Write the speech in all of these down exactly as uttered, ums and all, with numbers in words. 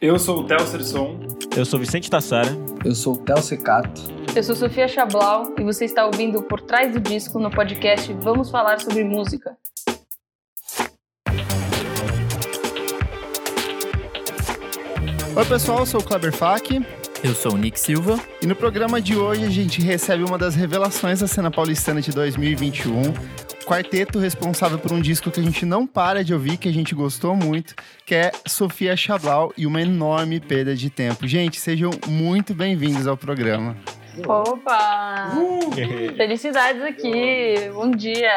Eu sou o Theo Serson. Eu sou Vicente Tassara. Eu sou o Theo Secato. Eu sou Sofia Chablau e você está ouvindo Por Trás do Disco no podcast Vamos Falar Sobre Música. Oi pessoal, eu sou o Kleber Fak. Eu sou o Nick Silva. E no programa de hoje a gente recebe uma das revelações da cena paulistana de dois mil e vinte e um, o quarteto responsável por um disco que a gente não para de ouvir, que a gente gostou muito, que é Sofia Chablau e uma enorme perda de tempo. Gente, sejam muito bem-vindos ao programa. Opa! Uh! Felicidades aqui! Bom dia!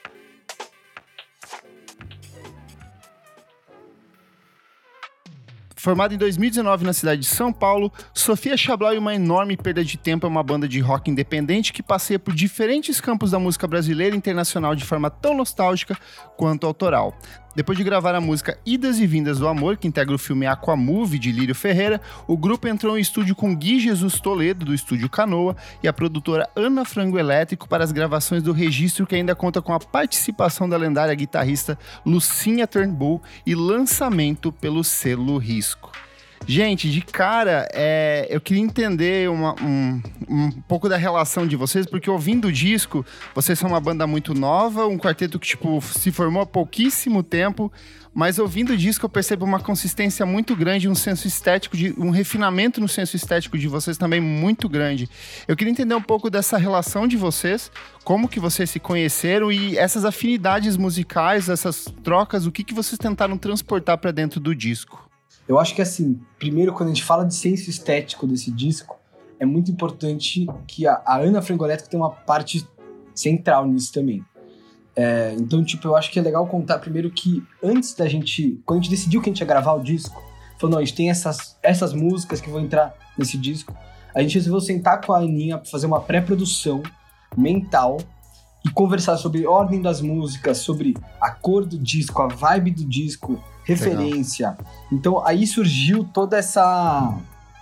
Formada em dois mil e dezenove na cidade de São Paulo, Sofia Chablau e uma enorme perda de tempo é uma banda de rock independente que passeia por diferentes campos da música brasileira e internacional de forma tão nostálgica quanto autoral. Depois de gravar a música Idas e Vindas do Amor, que integra o filme Aquamovie, de Lírio Ferreira, o grupo entrou em estúdio com Gui Jesus Toledo, do estúdio Canoa, e a produtora Ana Frango Elétrico para as gravações do registro, que ainda conta com a participação da lendária guitarrista Lucinha Turnbull e lançamento pelo selo Risco. Gente, de cara, é, eu queria entender uma, um, um pouco da relação de vocês, porque ouvindo o disco, vocês são uma banda muito nova, um quarteto que tipo, se formou há pouquíssimo tempo, mas ouvindo o disco eu percebo uma consistência muito grande, um senso estético, de, um refinamento no senso estético de vocês também muito grande. Eu queria entender um pouco dessa relação de vocês, como que vocês se conheceram e essas afinidades musicais, essas trocas, o que, que vocês tentaram transportar para dentro do disco. Eu acho que, assim, primeiro, quando a gente fala de senso estético desse disco, é muito importante que a, a Ana Frango Elétrico tem uma parte central nisso também. É, então, tipo, eu acho que é legal contar primeiro que antes da gente... Quando a gente decidiu que a gente ia gravar o disco, falou, não, a gente tem essas, essas músicas que vão entrar nesse disco. A gente resolveu sentar com a Aninha pra fazer uma pré-produção mental e conversar sobre a ordem das músicas, sobre a cor do disco, a vibe do disco, referência. Legal. Então aí surgiu toda essa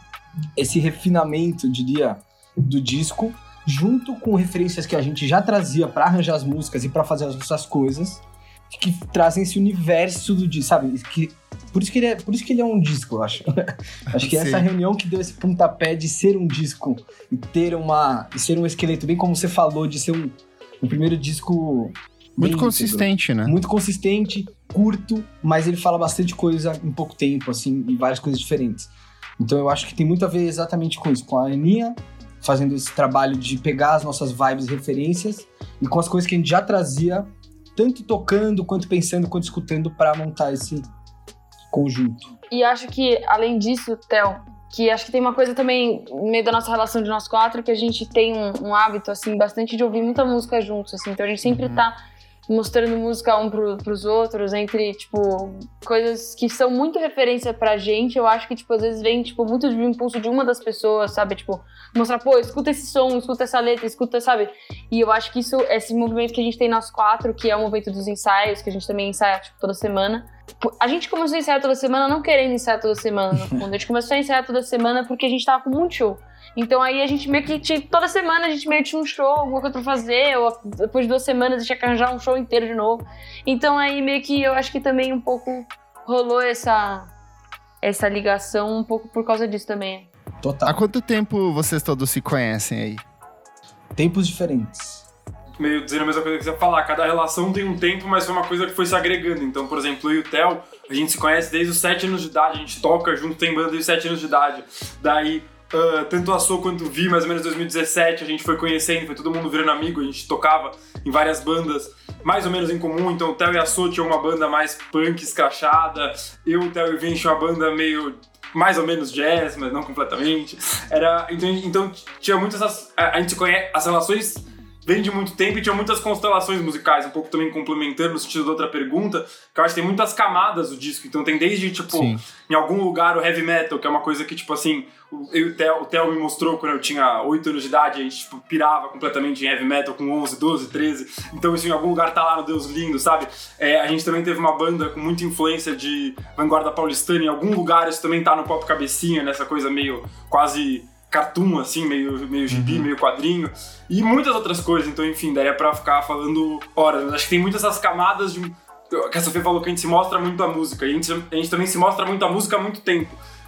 esse refinamento, eu diria, do disco, junto com referências que a gente já trazia para arranjar as músicas e para fazer as nossas coisas, que trazem esse universo do disco, sabe? Que, por, isso que ele é, por isso que ele é um disco, eu acho. Acho que é essa reunião que deu esse pontapé de ser um disco e ter uma e ser um esqueleto, bem como você falou, de ser um, um primeiro disco... Muito consistente, né? Muito consistente, curto, mas ele fala bastante coisa em pouco tempo, assim, e várias coisas diferentes. Então eu acho que tem muito a ver exatamente com isso, com a Aninha fazendo esse trabalho de pegar as nossas vibes e referências e com as coisas que a gente já trazia, tanto tocando, quanto pensando, quanto escutando para montar esse conjunto. E acho que, além disso, Theo, que acho que tem uma coisa também no meio da nossa relação de nós quatro, que a gente tem um, um hábito, assim, bastante de ouvir muita música juntos, assim, então a gente sempre uhum. tá mostrando música um pro, pros outros, entre, tipo, coisas que são muito referência pra gente. Eu acho que, tipo, às vezes vem, tipo, muito de impulso de uma das pessoas, sabe? Tipo, mostrar, pô, escuta esse som, escuta essa letra, escuta, sabe? E eu acho que isso, esse movimento que a gente tem nós quatro, que é o movimento dos ensaios, que a gente também ensaia, tipo, toda semana. A gente começou a ensaiar toda semana não querendo ensaiar toda semana, no fundo. A gente começou a ensaiar toda semana porque a gente tava com muito show. Então aí a gente meio que tinha, toda semana a gente meio que tinha um show, alguma coisa pra fazer, ou depois de duas semanas a gente tinha que arranjar um show inteiro de novo. Então aí meio que eu acho que também um pouco rolou essa, essa ligação um pouco por causa disso também. Total. Há quanto tempo vocês todos se conhecem aí? Tempos diferentes. Meio dizendo a mesma coisa que você ia falar, cada relação tem um tempo, mas foi uma coisa que foi se agregando. Então, por exemplo, eu e o Theo, a gente se conhece desde os sete anos de idade, a gente toca junto, tem banda desde os sete anos de idade. Daí... Uh, tanto a So quanto o Vi, mais ou menos em dois mil e dezessete, a gente foi conhecendo, foi todo mundo virando amigo, a gente tocava em várias bandas mais ou menos em comum, então o Theo e a So tinham uma banda mais punk, escrachada, eu, o Theo e o Vin tinham uma banda meio mais ou menos jazz, mas não completamente. Era, então, então tinha muitas, a, a gente conhece, as relações vem de muito tempo e tinha muitas constelações musicais, um pouco também complementando no sentido da outra pergunta, que eu acho que tem muitas camadas o disco, então tem desde, tipo, Sim. em algum lugar o heavy metal, que é uma coisa que, tipo assim, eu, o, Theo, o Theo me mostrou quando eu tinha oito anos de idade, a gente, tipo, pirava completamente em heavy metal com onze, doze, treze, então isso em algum lugar tá lá no Deus Lindo, sabe? É, a gente também teve uma banda com muita influência de vanguarda paulistana, em algum lugar isso também tá no pop cabecinha, nessa coisa meio quase... cartoon, assim, meio, meio gibi, uhum. meio quadrinho, e muitas outras coisas, então, enfim, daí é pra ficar falando horas, mas acho que tem muitas essas camadas de... que a Sofia falou que a gente se mostra muito a música, e a gente, a gente também se mostra muito a música há muito tempo,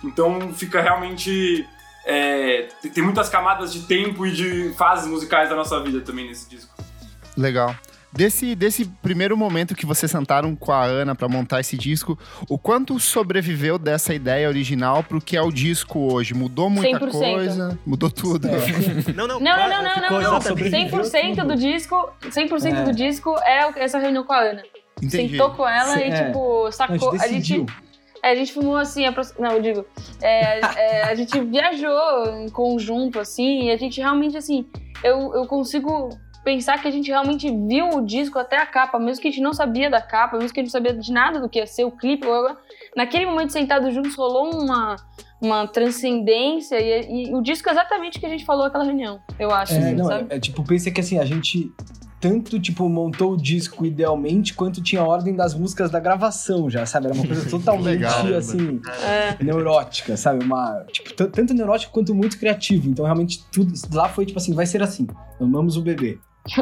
Então fica realmente... É, tem muitas camadas de tempo e de fases musicais da nossa vida também nesse disco. Legal. Desse, desse primeiro momento que vocês sentaram com a Ana pra montar esse disco, o quanto sobreviveu dessa ideia original pro que é o disco hoje? Mudou muita cem por cento. coisa? Mudou tudo? É. Não, não, Não, não, não, não, ficou não, não. exatamente- cem por cento do disco, cem por cento É. do disco é o- essa reunião com a Ana. Entendi. Sentou com ela Cê- e, é. tipo, A sacou. gente decidiu. É, a gente filmou assim, apro- não, eu digo, é, é, a gente viajou em conjunto, assim, e a gente realmente, assim, eu, eu consigo pensar que a gente realmente viu o disco até a capa, mesmo que a gente não sabia da capa, mesmo que a gente não sabia de nada do que ia ser o clipe, blá, blá, blá. Naquele momento sentados juntos rolou uma, uma transcendência e, e o disco é exatamente o que a gente falou naquela reunião, eu acho, É, assim, não, sabe? é, é tipo, pensa que assim, a gente tanto, tipo, montou o disco idealmente, quanto tinha a ordem das músicas da gravação já, sabe? Era uma coisa totalmente, Legal, assim, É. neurótica, sabe? Uma, tipo, t- tanto neurótico quanto muito criativo. Então, realmente, tudo lá foi, tipo assim, vai ser assim. Amamos o bebê.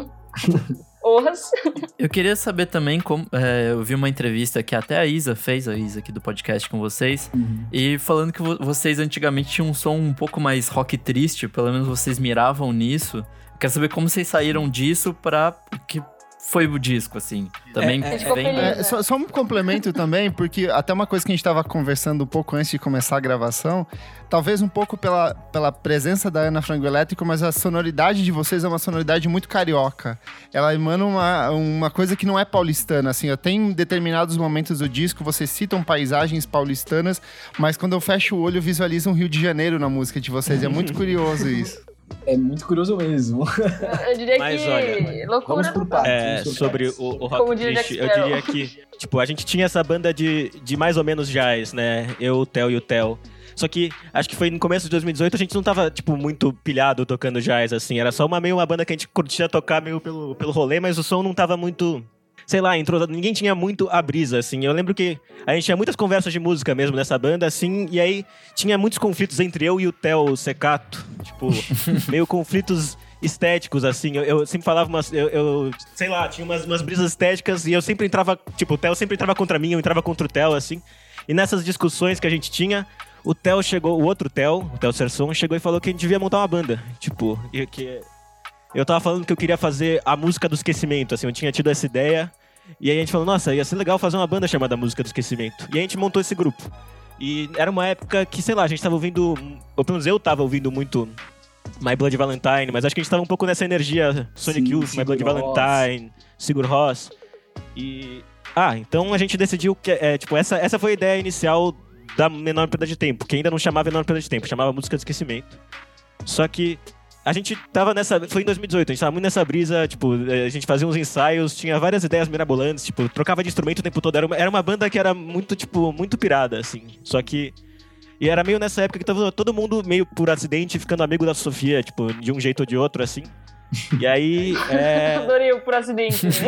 Orras. Eu queria saber também como. É, eu vi uma entrevista que até a Isa fez, a Isa aqui do podcast com vocês, Uhum. e falando que vo- vocês antigamente tinham um som um pouco mais rock triste, pelo menos vocês miravam nisso. Quero saber como vocês saíram disso pra o que foi o disco, assim. Também É, é, ficou vem- feliz. É, só, só um complemento também, porque até uma coisa que a gente estava conversando um pouco antes de começar a gravação, talvez um pouco pela, pela presença da Ana Frango Elétrico, mas a sonoridade de vocês é uma sonoridade muito carioca. Ela emana uma, uma coisa que não é paulistana, assim, até em determinados momentos do disco vocês citam paisagens paulistanas, mas quando eu fecho o olho eu visualizo um Rio de Janeiro na música de vocês, é muito curioso isso. É muito curioso mesmo. Eu diria Mas que olha, loucura Vamos por total. partes. É, vamos por sobre partes. o, o Como rock diria triste, Jack eu Sparrow. diria que, tipo, a gente tinha essa banda de, de mais ou menos jazz, né? Eu, o Theo e o Theo. Só que, acho que foi no começo de dois mil e dezoito, a gente não tava, tipo, muito pilhado tocando jazz, assim. Era só uma, meio uma banda que a gente curtia tocar meio pelo, pelo rolê, mas o som não tava muito... Sei lá, entrou, ninguém tinha muito a brisa, assim. Eu lembro que a gente tinha muitas conversas de música mesmo nessa banda, assim, e aí tinha muitos conflitos entre eu e o Theo Secato. Tipo, meio conflitos estéticos, assim. Eu, eu sempre falava umas... Eu, eu, sei lá, tinha umas, umas brisas estéticas e eu sempre entrava... Tipo, o Theo sempre entrava contra mim, eu entrava contra o Theo, assim. E nessas discussões que a gente tinha, o Theo chegou... O outro Theo, o Theo Serson, chegou e falou que a gente devia montar uma banda. Tipo, e que... Eu tava falando que eu queria fazer a música do esquecimento, assim, eu tinha tido essa ideia. E aí a gente falou, nossa, ia ser legal fazer uma banda chamada Música do Esquecimento. E a gente montou esse grupo. E era uma época que, sei lá, a gente tava ouvindo... Ou pelo menos eu tava ouvindo muito My Bloody Valentine, mas acho que a gente tava um pouco nessa energia Sonic Sim, Youth, My Bloody Sigur Rós. Valentine, Sigur Rós. E... Ah, então a gente decidiu que... É, tipo, essa, essa foi a ideia inicial da Menor Perda de Tempo, que ainda não chamava Menor Perda de Tempo, chamava Música do Esquecimento. Só que... A gente tava nessa... Foi em dois mil e dezoito, a gente tava muito nessa brisa, tipo, a gente fazia uns ensaios, tinha várias ideias mirabolantes, tipo, trocava de instrumento o tempo todo. Era uma, era uma banda que era muito, tipo, muito pirada, assim. Só que... E era meio nessa época que tava todo mundo meio por acidente ficando amigo da Sofia, tipo, de um jeito ou de outro, assim. E aí... É... Adorei o por acidente. Né?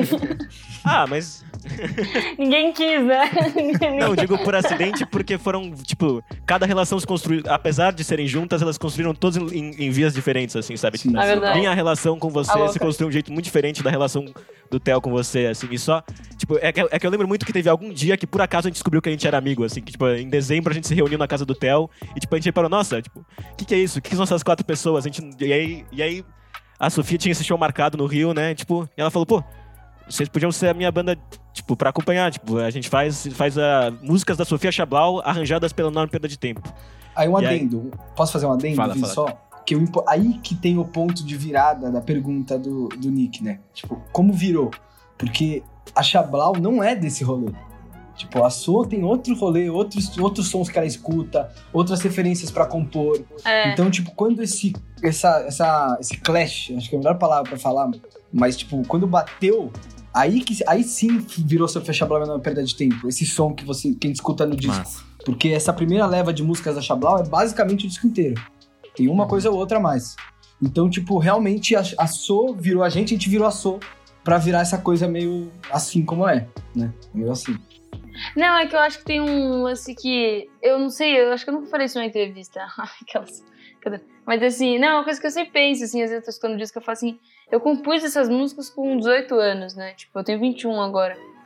Ah, mas... Ninguém quis, né? Não, digo por acidente porque foram, tipo, cada relação se construiu, apesar de serem juntas, elas construíram todas em, em vias diferentes, assim, sabe? Sim. É verdade. Minha relação com você A louca. se construiu de um jeito muito diferente da relação do Theo com você, assim, e só, tipo, é que, é que eu lembro muito que teve algum dia que por acaso a gente descobriu que a gente era amigo, assim, que, tipo, em dezembro a gente se reuniu na casa do Theo e, tipo, a gente reparou, nossa, tipo, o que que é isso? O que que são essas quatro pessoas? A gente, e aí, e aí a Sofia tinha esse show marcado no Rio, né, tipo, e ela falou, pô, vocês podiam ser a minha banda, tipo, pra acompanhar. Tipo, a gente faz, faz a, músicas da Sofia Chablau arranjadas pela Enorme Perda de Tempo. Aí um E aí? adendo. Posso fazer um adendo, Fala, Vi, fala. só? Que eu, impo- aí que tem o ponto de virada da pergunta do, do Nick, né? Tipo, como virou? Porque a Chablau não é desse rolê. Tipo, a So tem outro rolê, outros, outros sons que ela escuta, outras referências pra compor. É. Então, tipo, quando esse, essa, essa, esse clash, acho que é a melhor palavra pra falar, mas, tipo, quando bateu, aí, que, aí sim virou Sofia Chablau na perda de tempo. Esse som que, você, que a gente escuta no disco. Massa. Porque essa primeira leva de músicas da Chablau é basicamente o disco inteiro. Tem uma coisa ou outra a mais. Então, tipo, realmente a, a So virou a gente, a gente virou a So pra virar essa coisa meio assim como é, né? Meio assim. Não, é que eu acho que tem um lance que... Eu não sei, eu acho que eu nunca falei isso numa entrevista. Aquelas... Cadê? Mas assim, não, é uma coisa que eu sempre penso, assim, às vezes eu tô escutando disco, eu falo assim, eu compus essas músicas com dezoito anos, né? Tipo, eu tenho vinte e um agora.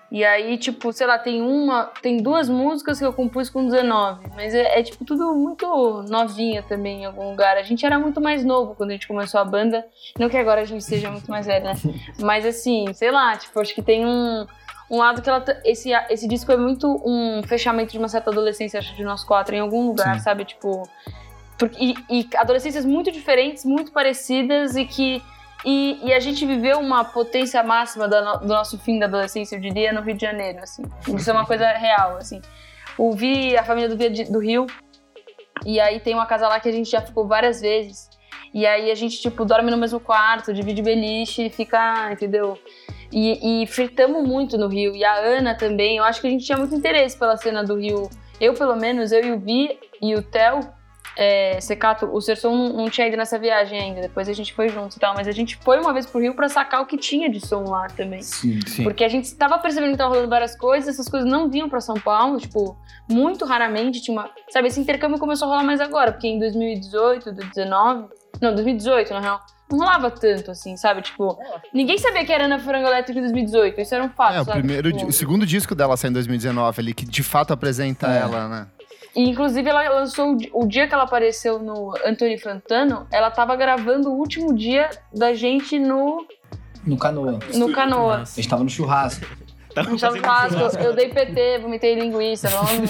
E aí, tipo, sei lá, tem uma, tem duas músicas que eu compus com dezenove, mas é, é tipo tudo muito novinha também em algum lugar. A gente era muito mais novo quando a gente começou a banda, não que agora a gente seja muito mais velho, né? Mas assim, sei lá, tipo, acho que tem um, um lado que ela, esse, esse disco é muito um fechamento de uma certa adolescência, acho, de nós quatro em algum lugar, Sim. sabe? Tipo, porque, e, e adolescências muito diferentes, muito parecidas e que E, e a gente viveu uma potência máxima do, no, do nosso fim da adolescência, eu diria, no Rio de Janeiro, assim. Isso é uma coisa real, assim. O Vi, a família do Vi é do Rio, e aí tem uma casa lá que a gente já ficou várias vezes. E aí a gente, tipo, dorme no mesmo quarto, divide beliche, fica, entendeu? E, e fritamos muito no Rio. E a Ana também, eu acho que a gente tinha muito interesse pela cena do Rio. Eu, pelo menos, eu e o Vi e o Theo, É, Secato, o Serson não, não tinha ido nessa viagem ainda, depois a gente foi junto e tal, mas a gente foi uma vez pro Rio pra sacar o que tinha de som lá também. Sim, sim. Porque a gente tava percebendo que tava rolando várias coisas, essas coisas não vinham pra São Paulo, tipo, muito raramente tinha uma... Sabe, esse intercâmbio começou a rolar mais agora, porque em dois mil e dezoito, dois mil e dezenove... Não, dois mil e dezoito, na real, não rolava tanto, assim, sabe? Tipo, ninguém sabia que era Ana Frango Elétrico em dois mil e dezoito, isso era um fato, É, o, sabe? primeiro, Tipo... o segundo disco dela saiu em dois mil e dezenove, ali, que de fato apresenta É. ela, né? E, inclusive, ela lançou, o dia que ela apareceu no Antônio Fantano, ela tava gravando o último dia da gente no... No Canoa. No Canoa. A gente tava no churrasco. A gente tava no churrasco, eu dei P T, vomitei linguiça. Vamos...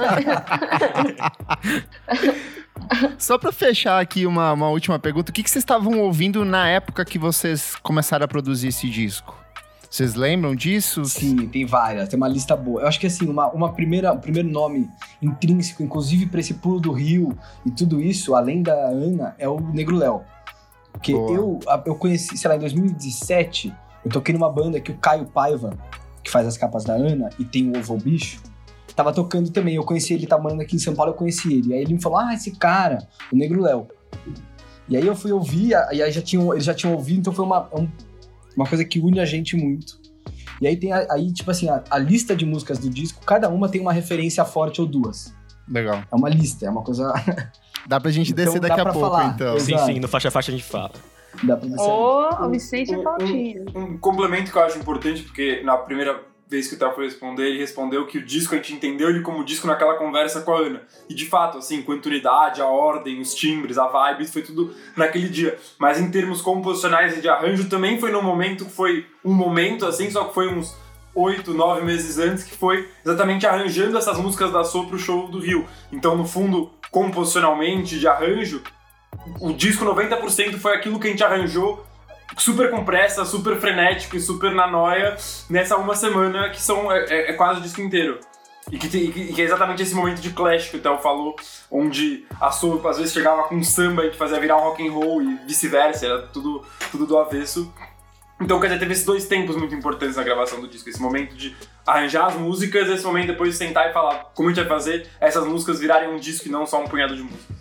Só pra fechar aqui uma, uma última pergunta, o que, que vocês estavam ouvindo na época que vocês começaram a produzir esse disco? Vocês lembram disso? Sim, tem várias, tem uma lista boa. Eu acho que assim, uma, uma primeira, um primeiro nome intrínseco, inclusive pra esse pulo do Rio e tudo isso, além da Ana, é o Negro Léo. Porque eu, eu conheci, sei lá, em dois mil e dezessete, eu toquei numa banda que o Caio Paiva, que faz as capas da Ana, e tem o Ovo ao Bicho, tava tocando também. Eu conheci ele, tava morando aqui em São Paulo, eu conheci ele. Aí ele me falou, ah, esse cara, o Negro Léo. E aí eu fui ouvir, e aí já tinham, eles já tinham ouvido, então foi uma... Um, uma coisa que une a gente muito. E aí tem, a, aí, tipo assim, a, a lista de músicas do disco, cada uma tem uma referência forte ou duas. Legal. É uma lista, é uma coisa... Dá pra gente Então, descer daqui dá a pra pouco, falar. então. Sim, Exato. sim, no Faixa Faixa a gente fala. Dá pra descer. Ô, o Vicente é faltinho. Um, um complemento que eu acho importante, porque na primeira vez que o Theo foi responder, ele respondeu que o disco, a gente entendeu ele como disco naquela conversa com a Ana. E de fato, assim, quanto unidade, a ordem, os timbres, a vibe, foi tudo naquele dia. Mas em termos composicionais e de arranjo, também foi num momento que foi um momento, assim, só que foi uns oito, nove meses antes, que foi exatamente arranjando essas músicas da Soul pro show do Rio. Então, no fundo, composicionalmente, de arranjo, o disco noventa por cento foi aquilo que a gente arranjou super com pressa, super frenético e super na noia nessa uma semana que são, é, é quase o disco inteiro. E que, tem, e que é exatamente esse momento de clash que o Theo falou, onde a Soul às vezes chegava com samba e fazia virar um rock and roll e vice-versa, era tudo, tudo do avesso. Então, quer dizer, teve esses dois tempos muito importantes na gravação do disco. Esse momento de arranjar as músicas, esse momento depois de sentar e falar como a gente vai fazer essas músicas virarem um disco e não só um punhado de músicas.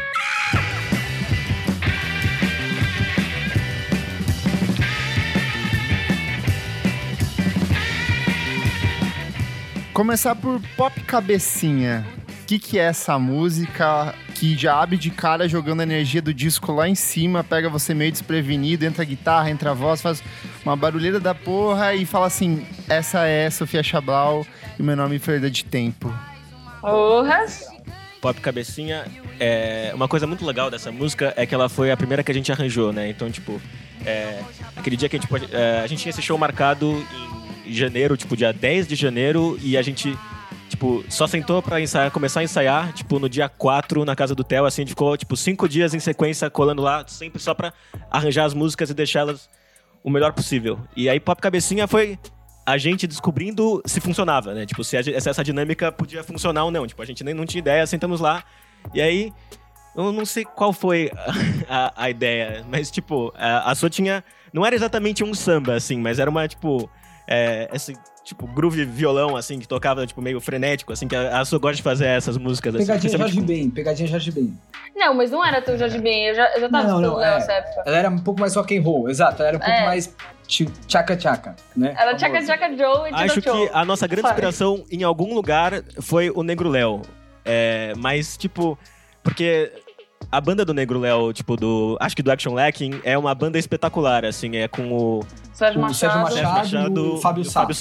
Começar por Pop Cabecinha. O que, que é essa música que já abre de cara jogando a energia do disco lá em cima, pega você meio desprevenido, entra a guitarra, entra a voz, faz uma barulheira da porra e fala assim, essa é Sofia Chablau e o meu nome é Perda de Tempo. Porras! Pop Cabecinha, é, uma coisa muito legal dessa música é que ela foi a primeira que a gente arranjou, né? Então, tipo, é, aquele dia que a gente pode, é, a gente tinha esse show marcado em janeiro, tipo, dia dez de janeiro, e a gente, tipo, só sentou pra ensaiar, começar a ensaiar, tipo, no dia quatro, na casa do Theo, assim, a gente ficou, tipo, cinco dias em sequência colando lá, sempre só pra arranjar as músicas e deixá-las o melhor possível. E aí, Pop Cabecinha foi a gente descobrindo se funcionava, né? Tipo, se, a, se essa dinâmica podia funcionar ou não. Tipo, a gente nem não tinha ideia, sentamos lá, e aí, eu não sei qual foi a, a, a ideia, mas, tipo, a, a sua tinha... Não era exatamente um samba, assim, mas era uma, tipo... É, esse tipo groove violão, assim, que tocava, tipo, meio frenético, assim, que a, a sua gosta de fazer essas músicas, assim. Pegadinha Jorge tipo... Ben, pegadinha Jorge Ben. Não, mas não era tão Jorge Ben, eu já, eu já tava Não, não, é. nessa época. Ela era um pouco mais rock and roll, exato, ela era um pouco É. mais tchaca-tchaca, né? Era Famoso. Tchaca Tchaca Joe e Acho Tino que Show. a nossa grande Vai. inspiração em algum lugar foi o Negro Léo. É, mas, tipo, porque a banda do Negro Léo, tipo, do. Acho que do Action Lacking, é uma banda espetacular, assim, é com o Sérgio O Sérgio Machado. Machado. Sérgio Machado e o Fábio e o Sá. Fábio Sá.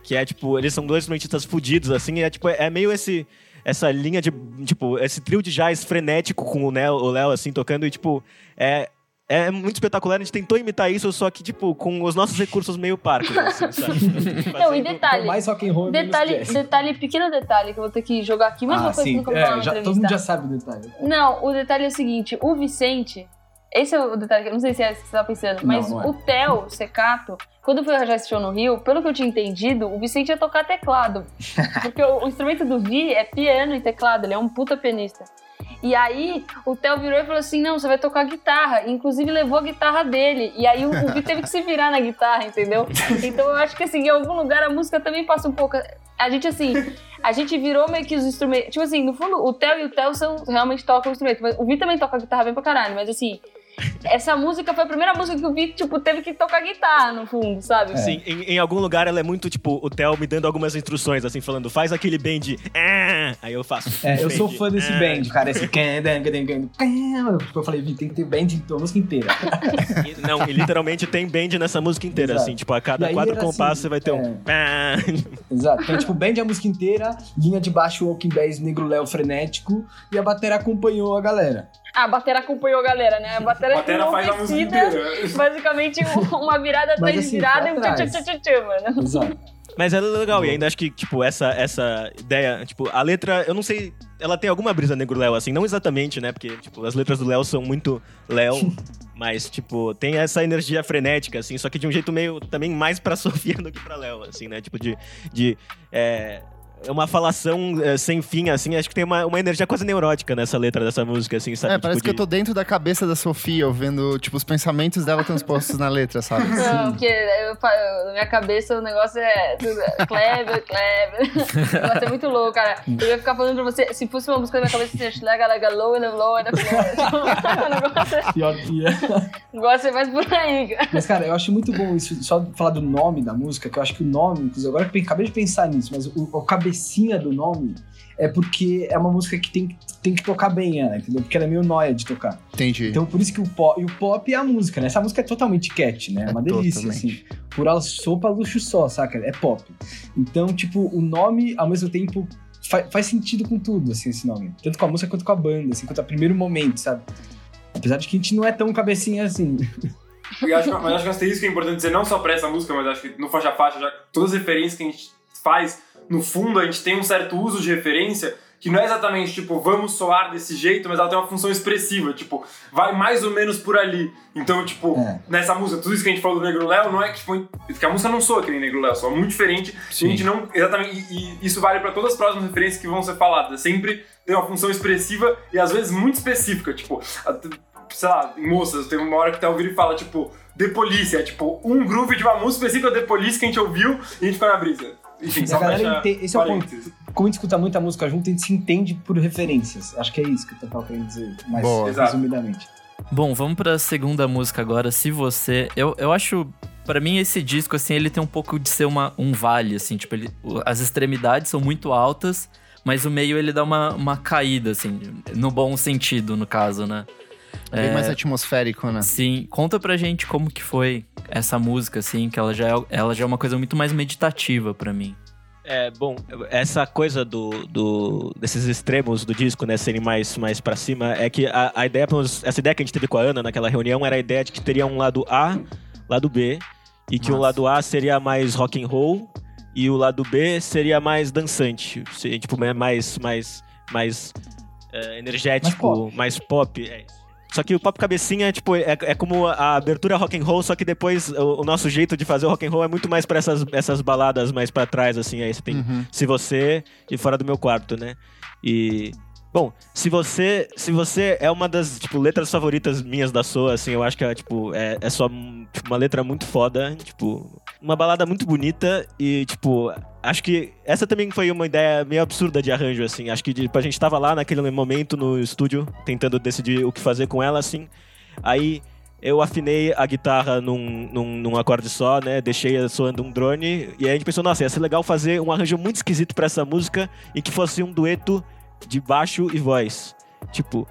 que é, tipo, eles são dois instrumentistas fudidos, assim, e é, tipo, é meio esse... Essa linha de, tipo, esse trio de jazz frenético com o Léo, o Léo assim, tocando e, tipo, é... É muito espetacular, a gente tentou imitar isso, só que, tipo, com os nossos recursos meio parcos, assim, sabe? Não, e detalhe, mais rock and roll, detalhe, detalhe, pequeno detalhe que eu vou ter que jogar aqui, mas ah, uma coisa sim. que nunca vou é, falar na já, entrevista. todo mundo já sabe o detalhe. Não, o detalhe é o seguinte, o Vicente, esse é o detalhe que eu não sei se é esse que você tá pensando, mas não, não é. o Theo Secato, quando foi arranjar esse show no Rio, pelo que eu tinha entendido, o Vicente ia tocar teclado. Porque o, o instrumento do Vi é piano e teclado, ele é um puta pianista. E aí, o Theo virou e falou assim, não, você vai tocar guitarra. E, inclusive, levou a guitarra dele. E aí, o, o Vi teve que se virar na guitarra, entendeu? Então, eu acho que, assim, em algum lugar a música também passa um pouco... A gente, assim, a gente virou meio que os instrumentos... Tipo assim, no fundo, o Theo e o Theo são, realmente tocam o instrumento. Mas o Vi também toca guitarra bem pra caralho. Mas, assim... Essa música foi a primeira música que o Vi, tipo, teve que tocar guitarra, no fundo, sabe? É. Sim, em, em algum lugar ela é muito, tipo, o Theo me dando algumas instruções, assim, falando, faz aquele bend, ah! Aí eu faço. É, eu sou fã desse ah. bend, cara, esse... Eu falei, Vi, tem que ter bend em toda a música inteira. E, não, e literalmente tem bend nessa música inteira, Exato. assim, tipo, a cada quatro compassos assim, você vai ter é... um... Ah. Exato, então, tipo, bend a música inteira, linha de baixo, walking bass, negro Léo frenético, e a batera acompanhou a galera. Ah, a batera acompanhou a galera, né? A batera, a batera faz a música inteira. Basicamente, uma virada, três assim, viradas e um tchau-tchau-tchau, mano. Exato. Mas é legal, e ainda acho que, tipo, essa, essa ideia, tipo, a letra, eu não sei, ela tem alguma brisa Negro Léo, assim, não exatamente, né? Porque, tipo, as letras do Léo são muito Léo, mas, tipo, tem essa energia frenética, assim, só que de um jeito meio, também mais pra Sofia do que pra Léo, assim, né? Tipo, de... de é... É uma falação é, sem fim, assim. Acho que tem uma, uma energia quase neurótica nessa letra dessa música, assim, sabe? É, parece tipo que de... eu tô dentro da cabeça da Sofia, eu vendo, tipo, os pensamentos dela transpostos na letra, sabe? Não, porque eu, eu, na minha cabeça o negócio é tudo, Kleber, Kleber. O negócio é muito louco, cara. Eu ia ficar falando pra você, se fosse uma música na minha cabeça, seria Schlega, Lega, Low, Low, O negócio é... Pior que é. O negócio é mais por aí, cara. Mas, cara, eu acho muito bom isso, só falar do nome da música, que eu acho que o nome, inclusive, agora eu acabei de pensar nisso, mas o, o cabecinha do nome é porque é uma música que tem, tem que tocar bem ela, entendeu? Porque ela é meio nóia de tocar. Entendi. Então, por isso que o pop... E o pop é a música, né? Essa música é totalmente cat, né? É uma É delícia, totalmente. assim. Pura sopa, luxo só, saca? É pop. Então, tipo, o nome, ao mesmo tempo, fa- faz sentido com tudo, assim, esse nome. Tanto com a música quanto com a banda, assim, quanto a primeiro momento, sabe? Apesar de que a gente não é tão cabecinha assim. Eu acho, que- mas acho que asterisco é importante dizer, não só pra essa música, mas acho que no Faixa Faixa, já, todas as referências que a gente faz, no fundo, a gente tem um certo uso de referência que não é exatamente, tipo, vamos soar desse jeito, mas ela tem uma função expressiva, tipo, vai mais ou menos por ali. Então, tipo, É. nessa música, tudo isso que a gente falou do Negro Léo, não é que, tipo, que a música não soa que nem Negro Léo, soa muito diferente, Sim. e a gente não, exatamente, e, e isso vale pra todas as próximas referências que vão ser faladas, sempre tem uma função expressiva e às vezes muito específica, tipo, a- sei lá, em Moças, tem uma hora que tá ouvindo e fala, tipo, The Police, é tipo, um groove de uma música específica The Police que a gente ouviu e a gente ficou na brisa. Enfim, A só galera fecha ente- esse é o ponto. parênteses. Como a gente escuta muita música junto, a gente se entende por referências. Acho que é isso que eu tava querendo dizer, mais Boa. Exato. resumidamente. Bom, vamos pra segunda música agora, Se Você... Eu, eu acho, pra mim, esse disco, assim, ele tem um pouco de ser uma, um vale, assim, tipo, ele, o- as extremidades são muito altas, mas o meio ele dá uma, uma caída, assim, no bom sentido, no caso, né? É bem mais atmosférico, né? Sim, conta pra gente como que foi essa música, assim, que ela já é, ela já é uma coisa muito mais meditativa pra mim. É, bom, essa coisa do, do, desses extremos do disco, né, serem mais, mais pra cima, é que a, a ideia, pelo menos, essa ideia que a gente teve com a Ana naquela reunião era a ideia de que teria um lado A, lado B, e que o Nossa. lado A seria mais rock and roll e o lado B seria mais dançante, seria, tipo, mais, mais, mais é, energético, mais pop. Mais pop, é isso. Só que o pop cabecinha, tipo, é, é como a abertura rock and roll, só que depois o, o nosso jeito de fazer o rock and roll é muito mais pra essas, essas baladas mais pra trás, assim, aí você tem Uhum. Se Você e Fora do Meu Quarto, né? E... Bom, Se Você, se você é uma das, tipo, letras favoritas minhas da Soa, assim, eu acho que é, tipo, é, é só tipo, uma letra muito foda, tipo, uma balada muito bonita e, tipo, acho que essa também foi uma ideia meio absurda de arranjo, assim, acho que tipo, a gente tava lá naquele momento no estúdio, tentando decidir o que fazer com ela, assim, aí eu afinei a guitarra num, num, num acorde só, né, deixei soando um drone, e aí a gente pensou, nossa, ia ser legal fazer um arranjo muito esquisito pra essa música e que fosse um dueto de baixo e voz, tipo,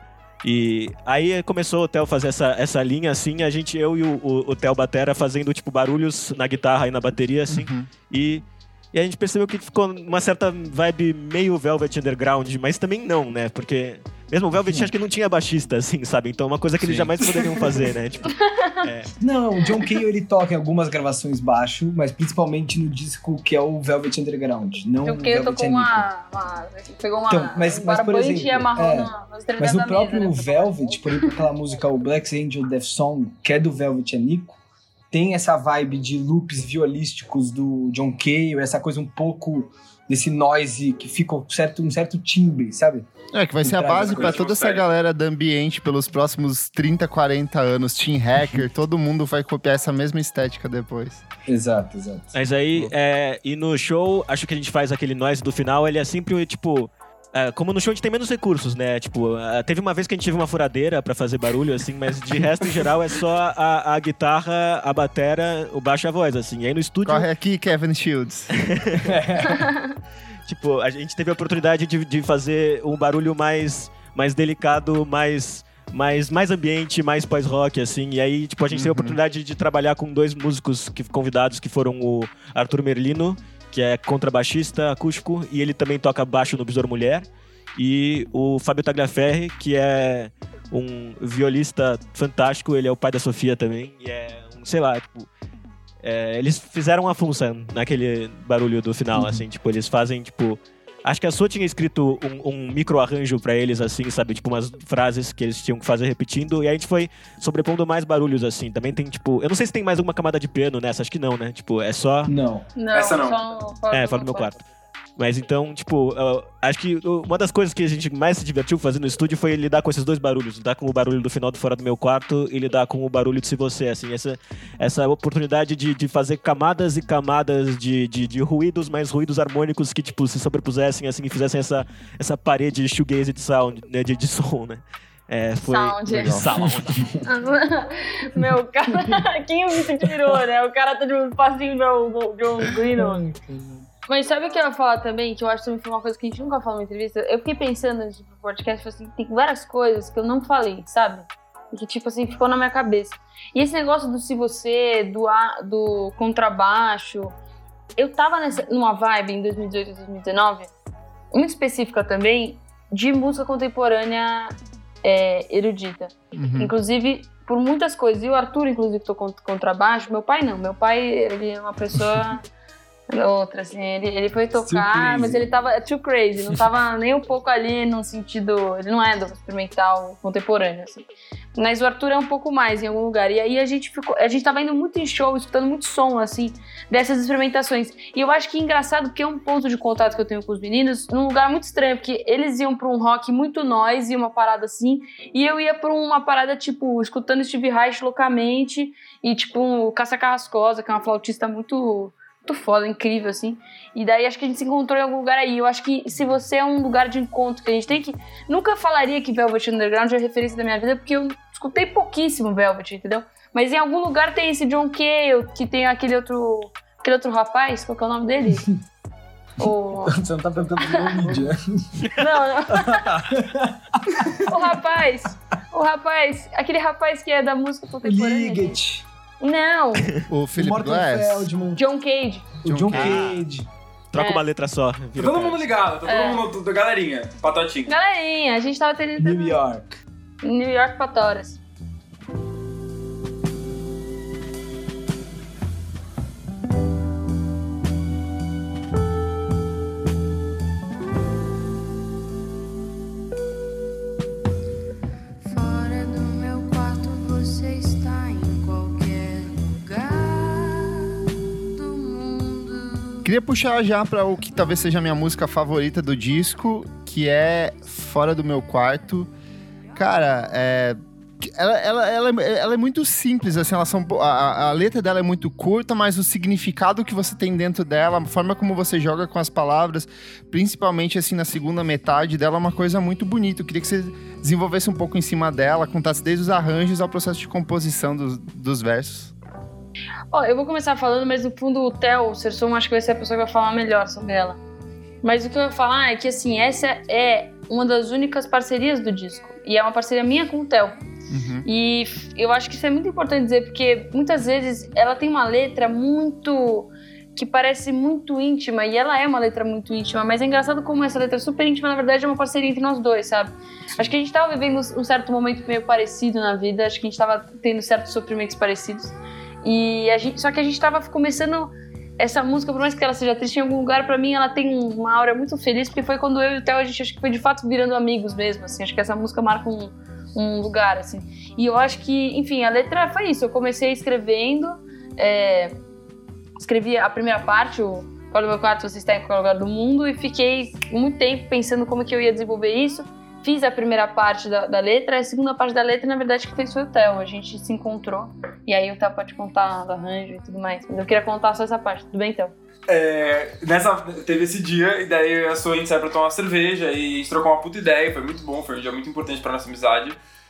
e aí começou o Theo fazer essa, essa linha, assim, a gente, eu e o, o, o Theo Batera fazendo, tipo, barulhos na guitarra e na bateria, assim, Uhum. e, E a gente percebeu que ficou uma certa vibe meio Velvet Underground, mas também não, né? Porque mesmo o Velvet acho que não tinha baixista, assim, sabe? Então é uma coisa que eles jamais poderiam fazer, né? Tipo, é. Não, o John Cale ele toca em algumas gravações baixo, mas principalmente no disco que é o Velvet Underground, não o John Cale Velvet tocou uma, uma... Pegou uma... Então, mas, um mas por barbante exemplo, e amarrou é, na, nas mas no da próprio mesa, né? Velvet, por exemplo, aquela música, o Black Angel Death Song, que é do Velvet e Nico, tem essa vibe de loops violísticos do John Cale, essa coisa um pouco desse noise que fica um certo, um certo timbre, sabe? É, que vai ser a base pra toda essa galera do ambiente pelos próximos trinta, quarenta anos. Team Hacker, todo mundo vai copiar essa mesma estética depois. Exato, exato. Mas aí, é, e no show, acho que a gente faz aquele noise do final, ele é sempre, tipo... É, como no show a gente tem menos recursos, né? Tipo, uh, teve uma vez que a gente teve uma furadeira pra fazer barulho, assim, mas de resto, em geral, é só a, a guitarra, a batera, o baixo e a voz, assim. E aí no estúdio... Corre aqui, Kevin Shields. Tipo, a gente teve a oportunidade de, de fazer um barulho mais, mais delicado, mais, mais, mais ambiente, mais pós-rock, assim. E aí, tipo, a gente uhum. teve a oportunidade de trabalhar com dois músicos que, convidados, que foram o Arthur Merlino, que é contrabaixista acústico, e ele também toca baixo no Besouro Mulher, e o Fábio Tagliaferri, que é um violista fantástico, ele é o pai da Sofia também, e é um, sei lá, tipo... É, eles fizeram uma função naquele barulho do final, uhum. assim, tipo, eles fazem, tipo... Acho que a Sô tinha escrito um, um micro-arranjo pra eles, assim, sabe? Tipo, umas frases que eles tinham que fazer repetindo. E aí a gente foi sobrepondo mais barulhos, assim. Também tem, tipo... Eu não sei se tem mais alguma camada de piano nessa. Acho que não, né? Tipo, é só... Não. Não, essa não. Só fora é, fora do meu quarto. quarto. Mas então, tipo... Uh, acho que uma das coisas que a gente mais se divertiu fazendo no estúdio foi lidar com esses dois barulhos. Lidar com o barulho do final do Fora do Meu Quarto e lidar com o barulho de Se Você, assim. Essa, essa oportunidade de, de fazer camadas e camadas de, de, de ruídos, mais ruídos harmônicos que, tipo, se sobrepusessem, assim, e fizessem essa, essa parede shoegaze de sound, né? De, de som, né? É, foi... Sound. Legal. Sound. Meu, cara... Quem me tirou, né? O cara tá de um passinho do John Lennon. Mas sabe o que eu ia falar também? Que eu acho que foi uma coisa que a gente nunca falou na entrevista. Eu fiquei pensando antes do podcast, assim, tem várias coisas que eu não falei, sabe? E que, tipo assim, ficou na minha cabeça. E esse negócio do Se Você, do, a, do contrabaixo... Eu tava nessa, numa vibe em dois mil e dezoito, dois mil e dezenove, muito específica também, de música contemporânea é, erudita. Uhum. Inclusive, por muitas coisas. E o Arthur, inclusive, tocou contrabaixo. Meu pai não. Meu pai, ele é uma pessoa... Outra, assim, ele, ele foi tocar, mas ele tava too crazy, não tava nem um pouco ali no sentido, ele não é do experimental contemporâneo, assim. Mas o Arthur é um pouco mais em algum lugar, e aí a gente ficou, a gente tava indo muito em show, escutando muito som, assim, dessas experimentações, e eu acho que é engraçado, porque é um ponto de contato que eu tenho com os meninos, num lugar muito estranho, porque eles iam pra um rock muito noise, uma parada assim, e eu ia pra uma parada, tipo, escutando Steve Reich loucamente, e tipo, o Cássia Carrascosa, que é uma flautista muito... muito foda, incrível, assim. E daí acho que a gente se encontrou em algum lugar aí. Eu acho que Se Você é um lugar de encontro que a gente tem que... Nunca falaria que Velvet Underground é a referência da minha vida, porque eu escutei pouquíssimo Velvet, entendeu? Mas em algum lugar tem esse John Cale, que tem aquele outro... Aquele outro rapaz, qual que é o nome dele? O... Você não tá perguntando do meu mídia. Não, não. O rapaz, o rapaz, aquele rapaz que é da música contemporânea. Liget. Não. O Philip Glass. Feldman. John Cage. O John, John Cage. Cage. Troca é. uma letra só. Tá todo mundo ligado, tá todo é. mundo, todo, galerinha, patotinho. Galerinha, a gente tava tendo... New York. New York Patoras. Queria puxar já para o que talvez seja a minha música favorita do disco, que é Fora do Meu Quarto. Cara, é... Ela, ela, ela, ela é muito simples, assim, ela são, a, a letra dela é muito curta, mas o significado que você tem dentro dela, a forma como você joga com as palavras, principalmente assim na segunda metade dela, é uma coisa muito bonita. Eu queria que você desenvolvesse um pouco em cima dela, contasse desde os arranjos ao processo de composição dos, dos versos. Ó, eu vou começar falando, mas no fundo o Theo, o Serson, acho que vai ser a pessoa que vai falar melhor sobre ela. Mas o que eu vou falar é que, assim, essa é uma das únicas parcerias do disco. E é uma parceria minha com o Theo. Uhum. E eu acho que isso é muito importante dizer, porque muitas vezes ela tem uma letra muito que parece muito íntima, e ela é uma letra muito íntima, mas é engraçado como essa letra super íntima, na verdade, é uma parceria entre nós dois, sabe? Sim. Acho que a gente tava vivendo um certo momento meio parecido na vida, acho que a gente tava tendo certos sofrimentos parecidos, e a gente, só que a gente tava começando essa música, por mais que ela seja triste em algum lugar, pra mim ela tem uma aura muito feliz, porque foi quando eu e o Theo, a gente acho que foi de fato virando amigos mesmo, assim, acho que essa música marca um, um lugar, assim. E eu acho que, enfim, a letra foi isso, eu comecei escrevendo, é, escrevi a primeira parte, o Qual é o meu quarto, você está em qualquer lugar do mundo, e fiquei muito tempo pensando como que eu ia desenvolver isso. Fiz a primeira parte da, da letra, a segunda parte da letra, na verdade, que fez foi o Theo. A gente se encontrou, e aí o Theo pode contar do arranjo e tudo mais. Mas eu queria contar só essa parte. Tudo bem, Theo? É, nessa, teve esse dia, e daí eu e a Sua, a gente saiu pra tomar uma cerveja, e a gente trocou uma puta ideia, foi muito bom, foi um dia muito importante pra nossa amizade.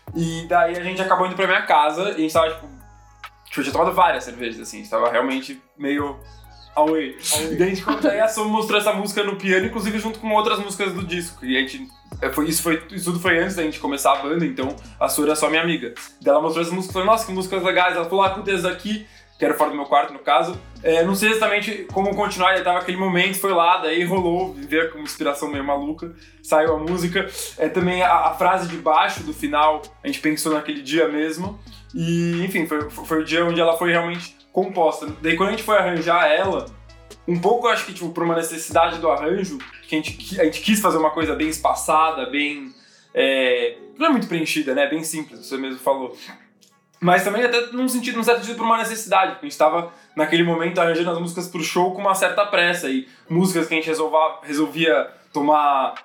E daí a gente acabou indo pra minha casa, e a gente tava, tipo, tipo, eu tinha tomado várias cervejas, assim, a gente tava realmente meio away. away. E daí, a gente, daí a Sua mostrou essa música no piano, inclusive junto com outras músicas do disco, e a gente... Foi, isso, foi, isso tudo foi antes da gente começar a banda, então a Sua era só minha amiga. Daí ela mostrou essa música e falou, nossa, que músicas legais. Ela falou, ah, curta essa daqui, que era fora do meu quarto, no caso. É, não sei exatamente como continuar, ele tava naquele momento, foi lá, daí rolou, veio com uma inspiração meio maluca, saiu a música. É, também a, a frase de baixo do final, a gente pensou naquele dia mesmo. E, enfim, foi, foi o dia onde ela foi realmente composta. Daí quando a gente foi arranjar ela, um pouco, eu acho que, tipo, por uma necessidade do arranjo, que a gente, a gente quis fazer uma coisa bem espaçada, bem... É, não é muito preenchida, né? Bem simples, você mesmo falou. Mas também até num, sentido, num certo sentido por uma necessidade, porque a gente tava, naquele momento, arranjando as músicas pro show com uma certa pressa, e músicas que a gente resolva, resolvia tomar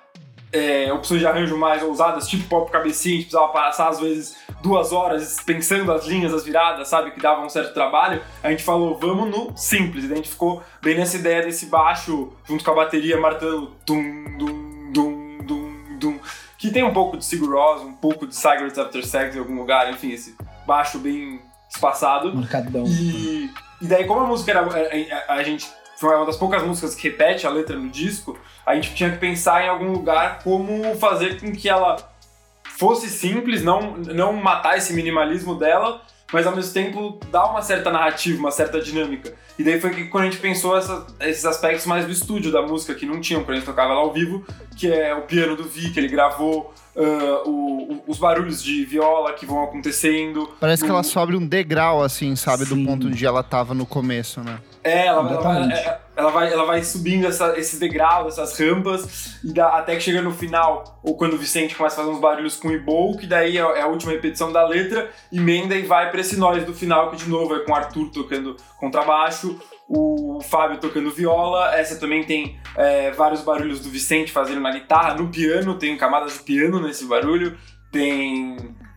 é, opções de arranjo mais ousadas, tipo pop cabecinha, a gente precisava passar, às vezes, duas horas pensando as linhas, as viradas, sabe, que dava um certo trabalho. A gente falou, vamos no simples, e daí a gente ficou bem nessa ideia desse baixo, junto com a bateria, martelando dum, dum, dum, dum, dum, que tem um pouco de Sigur Rós, um pouco de Cigarettes After Sex em algum lugar, enfim, esse baixo bem espaçado. Marcadão. E, e daí, como a música era... A, a, a gente foi uma das poucas músicas que repete a letra no disco, a gente tinha que pensar em algum lugar como fazer com que ela fosse simples, não, não matar esse minimalismo dela, mas ao mesmo tempo dar uma certa narrativa, uma certa dinâmica. E daí foi que quando a gente pensou essa, esses aspectos mais do estúdio da música, que não tinham quando a gente tocava lá ao vivo, que é o piano do Vi, que ele gravou, uh, o, o, os barulhos de viola que vão acontecendo. Parece no... que ela sobe um degrau, assim, sabe, Sim. do ponto onde ela tava no começo, né? É, ela, ela, vai, ela, vai, ela vai subindo essa, esses degraus, essas rampas, e dá, até que chega no final, ou quando o Vicente começa a fazer uns barulhos com o Ibou, que daí é, é a última repetição da letra, emenda e vai pra esse nós do final, que de novo é com o Arthur tocando contrabaixo, o Fábio tocando viola. Essa também tem é, vários barulhos do Vicente fazendo na guitarra, no piano, tem camadas de piano nesse barulho, tem...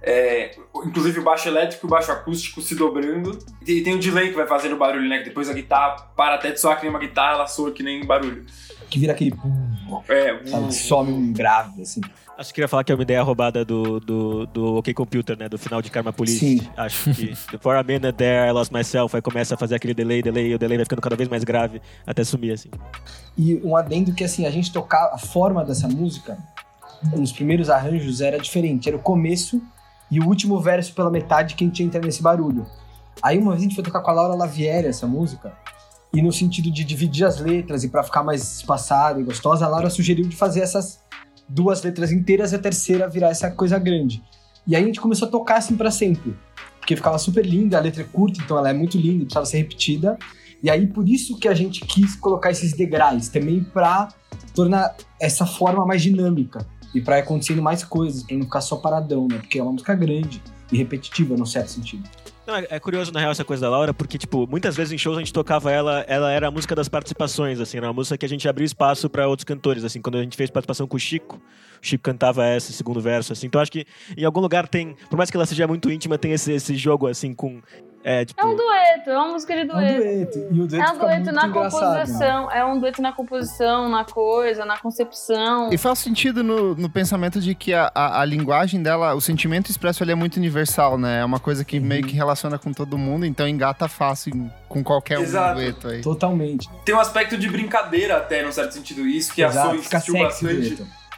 É, inclusive o baixo elétrico e o baixo acústico se dobrando. E tem o delay que vai fazendo barulho, né? Que depois a guitarra para até de soar que nem uma guitarra, ela soa que nem barulho. Que vira aquele... É, sabe, some um grave, assim. Acho que queria falar que é uma ideia roubada do, do, do OK Computer, né? Do final de Karma Police. Sim. Acho que For a Minute There, I Lost Myself, aí começa a fazer aquele delay, delay, e o delay vai ficando cada vez mais grave até sumir, assim. E um adendo que, assim, a gente tocar a forma dessa música, nos primeiros arranjos era diferente. Era o começo e o último verso pela metade que a gente entra nesse barulho. Aí uma vez a gente foi tocar com a Laura Lavieri essa música, e no sentido de dividir as letras e pra ficar mais espaçada e gostosa, a Laura sugeriu de fazer essas duas letras inteiras e a terceira virar essa coisa grande. E aí a gente começou a tocar assim pra sempre, porque ficava super linda, a letra é curta, então ela é muito linda e precisava ser repetida. E aí por isso que a gente quis colocar esses degraus, também pra tornar essa forma mais dinâmica e pra ir acontecendo mais coisas, pra não ficar só paradão, né? Porque é uma música grande e repetitiva, num certo sentido. Não, é, é curioso, na real, essa coisa da Laura, porque, tipo, muitas vezes em shows a gente tocava ela, ela era a música das participações, assim, era uma música que a gente abria espaço pra outros cantores, assim, quando a gente fez participação com o Chico, o Chico cantava esse segundo verso, assim, então acho que em algum lugar tem, por mais que ela seja muito íntima, tem esse, esse jogo, assim, com... É, tipo... é um dueto, é uma música de dueto. É um dueto, e o dueto é um fica dueto muito na engraçado, composição, né? é um dueto na composição, na coisa, na concepção. E faz sentido no, no pensamento de que a, a, a linguagem dela, o sentimento expresso ali é muito universal, né? É uma coisa que uhum. meio que relaciona com todo mundo, então engata fácil em, com qualquer Exato. um dueto aí. Totalmente. Tem um aspecto de brincadeira até, num certo sentido, isso que Exato, a Sua fica insistiu sexy bastante. dueto.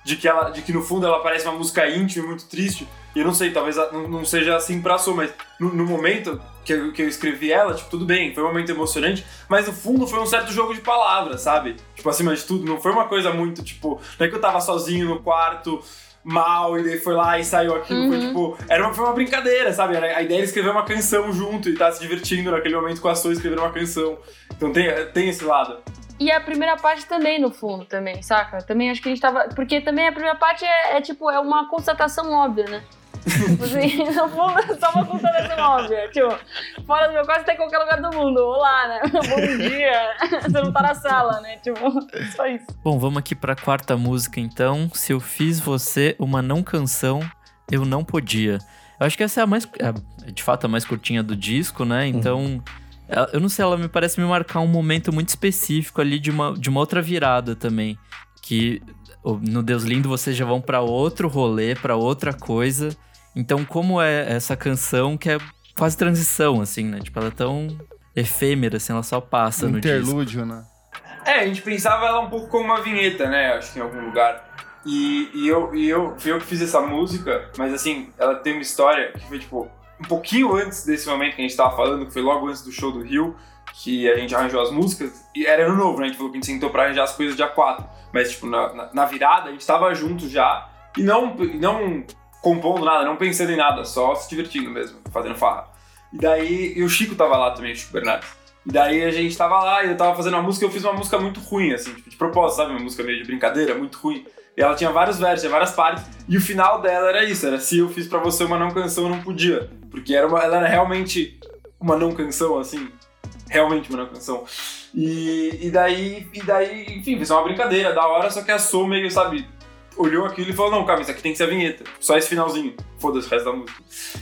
de que, ela, de que no fundo ela parece uma música íntima e muito triste. E eu não sei, talvez não, não seja assim pra Sou, mas no, no momento que eu, que eu escrevi ela, tipo, tudo bem, foi um momento emocionante, mas no fundo foi um certo jogo de palavras, sabe? Tipo, acima de tudo, não foi uma coisa muito, tipo, não é que eu tava sozinho no quarto, mal, e daí foi lá e saiu aquilo, uhum. foi tipo, era uma, foi uma brincadeira, sabe? Era, a ideia era escrever uma canção junto e estar tá se divertindo naquele momento com a Sou escrever uma canção. Então tem, tem esse lado. E a primeira parte também, no fundo, também, saca? Também acho que a gente tava... Porque também a primeira parte é, é tipo, é uma constatação óbvia, né? Assim, no fundo é só uma constatação óbvia. Tipo, fora do meu quarto, você tá em qualquer lugar do mundo. Olá, né? Bom dia. Você não tá na sala, né? Tipo, só isso. Bom, vamos aqui pra quarta música, então. Se eu fiz você uma não canção, eu não podia. Eu acho que essa é a mais... É, de fato, a mais curtinha do disco, né? Então... Uhum. Eu não sei, ela me parece me marcar um momento muito específico ali de uma, de uma outra virada também. Que no Deus Lindo vocês já vão pra outro rolê, pra outra coisa. Então, como é essa canção que é quase transição, assim, né? Tipo, ela é tão efêmera, assim, ela só passa no disco. Interlúdio, né? É, a gente pensava ela um pouco como uma vinheta, né? Acho que em algum lugar. E, e, eu, e eu, fui eu que fiz essa música, mas assim, ela tem uma história que foi, tipo... Um pouquinho antes desse momento que a gente tava falando, que foi logo antes do show do Rio, que a gente arranjou as músicas, e era ano novo, né? A gente falou que a gente sentou pra arranjar as coisas dia quatro. Mas, tipo, na, na, na virada, a gente tava junto já, e não, não compondo nada, não pensando em nada, só se divertindo mesmo, fazendo farra. E daí, e o Chico tava lá também, o Chico Bernardes. E daí a gente tava lá, e eu tava fazendo uma música, eu fiz uma música muito ruim, assim, tipo, de propósito, sabe? Uma música meio de brincadeira, muito ruim. E ela tinha vários versos, tinha várias partes, e o final dela era isso, era se eu fiz pra você uma não canção, eu não podia. Porque era uma, ela era realmente uma não canção, assim, realmente uma não canção. E, e, daí, e daí, enfim, fez uma brincadeira da hora, só que a Sou meio, sabe, olhou aquilo e falou, não, calma, isso aqui tem que ser a vinheta, só esse finalzinho, foda-se o resto da música.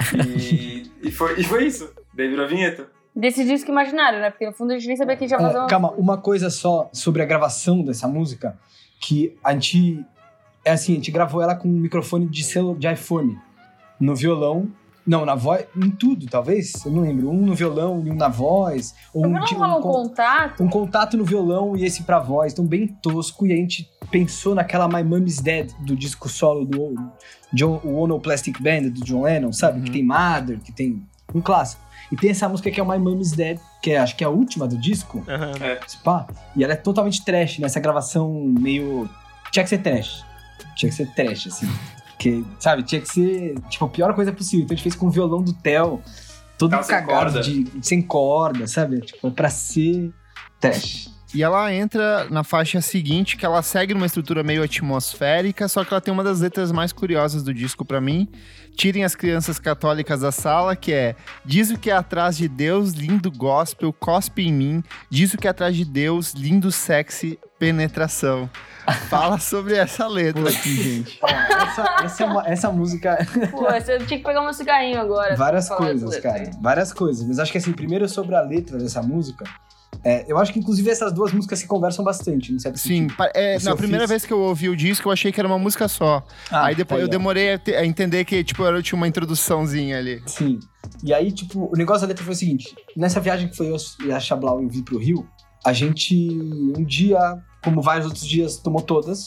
E, e, foi, e foi isso, daí virou a vinheta. Desse disco imaginário, né? Porque no fundo a gente nem sabia que a gente ia fazer uma... É, calma, uma coisa só sobre a gravação dessa música, que a gente... É assim, a gente gravou ela com um microfone de celu- de iPhone, no violão, não, na voz, em tudo, talvez, eu não lembro, um no violão e um na voz. Ou um, não rola um, um contato? Um contato no violão e esse pra voz, então bem tosco, e a gente pensou naquela My Mommy's Dead, do disco solo do John, o Ono Plastic Band, do John Lennon, sabe? Uhum. Que tem Mother, que tem um clássico. E tem essa música que é o My Mommy's Dead, que é, acho que é a última do disco, uhum. é. Pá, e ela é totalmente trash, nessa gravação meio... Tinha que ser trash. Tinha que ser trash, assim. Porque, sabe, tinha que ser, tipo, a pior coisa possível. Então a gente fez com o violão do Theo, todo Não, cagado, sem de, sem corda, sabe? Tipo, pra ser trash. E ela entra na faixa seguinte, que ela segue numa estrutura meio atmosférica, só que ela tem uma das letras mais curiosas do disco pra mim. Tirem as crianças católicas da sala, que é: diz o que é atrás de Deus, lindo gospel, cospe em mim. Diz o que é atrás de Deus, lindo sexy, penetração. Fala sobre essa letra aqui, gente. Essa, essa, é uma, essa música... Pô, eu tinha que pegar um cigarrinho agora. Várias coisas, cara. Várias coisas. Mas acho que assim, primeiro sobre a letra dessa música... É, eu acho que, inclusive, essas duas músicas se conversam bastante, não certo Sim, sentido. é, na primeira fiz... vez que eu ouvi o disco, eu achei que era uma música só. Ah, aí depois tá aí, eu demorei a, te, a entender que, tipo, eu tinha uma introduçãozinha ali. Sim. E aí, tipo, o negócio da letra foi o seguinte. Nessa viagem que foi eu e a Xablau e eu vi pro Rio, a gente, um dia, como vários outros dias, tomou todas.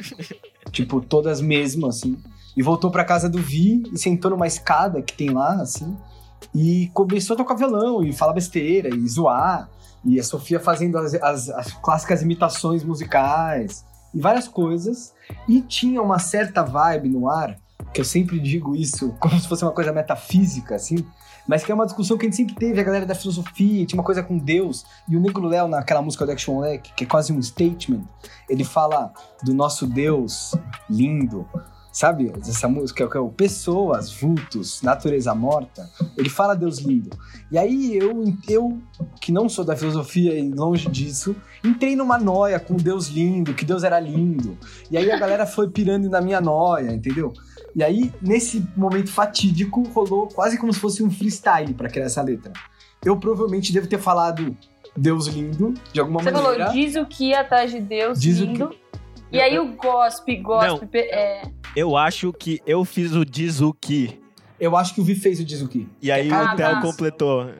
Tipo, todas mesmo, assim. E voltou pra casa do Vi e sentou numa escada que tem lá, assim. E começou a tocar violão e falar besteira e zoar. E a Sofia fazendo as, as, as clássicas imitações musicais e várias coisas. E tinha uma certa vibe no ar, que eu sempre digo isso como se fosse uma coisa metafísica, assim, mas que é uma discussão que a gente sempre teve, a galera da filosofia, tinha uma coisa com Deus. E o Negro Léo, naquela música do Action Leque, que é quase um statement, ele fala do nosso Deus lindo. Sabe, essa música que é o Pessoas, Vultos, Natureza Morta, ele fala Deus lindo. E aí eu, eu, que não sou da filosofia e longe disso, entrei numa noia com Deus lindo, que Deus era lindo. E aí a galera foi pirando na minha noia, entendeu? E aí, nesse momento fatídico, rolou quase como se fosse um freestyle pra criar essa letra. Eu provavelmente devo ter falado Deus lindo, de alguma Você maneira. Você falou, diz o que atrás de Deus diz lindo. O que... E aí o gospe, gospe, Não. é... Eu acho que eu fiz o diz o que. Eu acho que o Vi fez o diz o que. E aí Ah, o Theo tá. completou.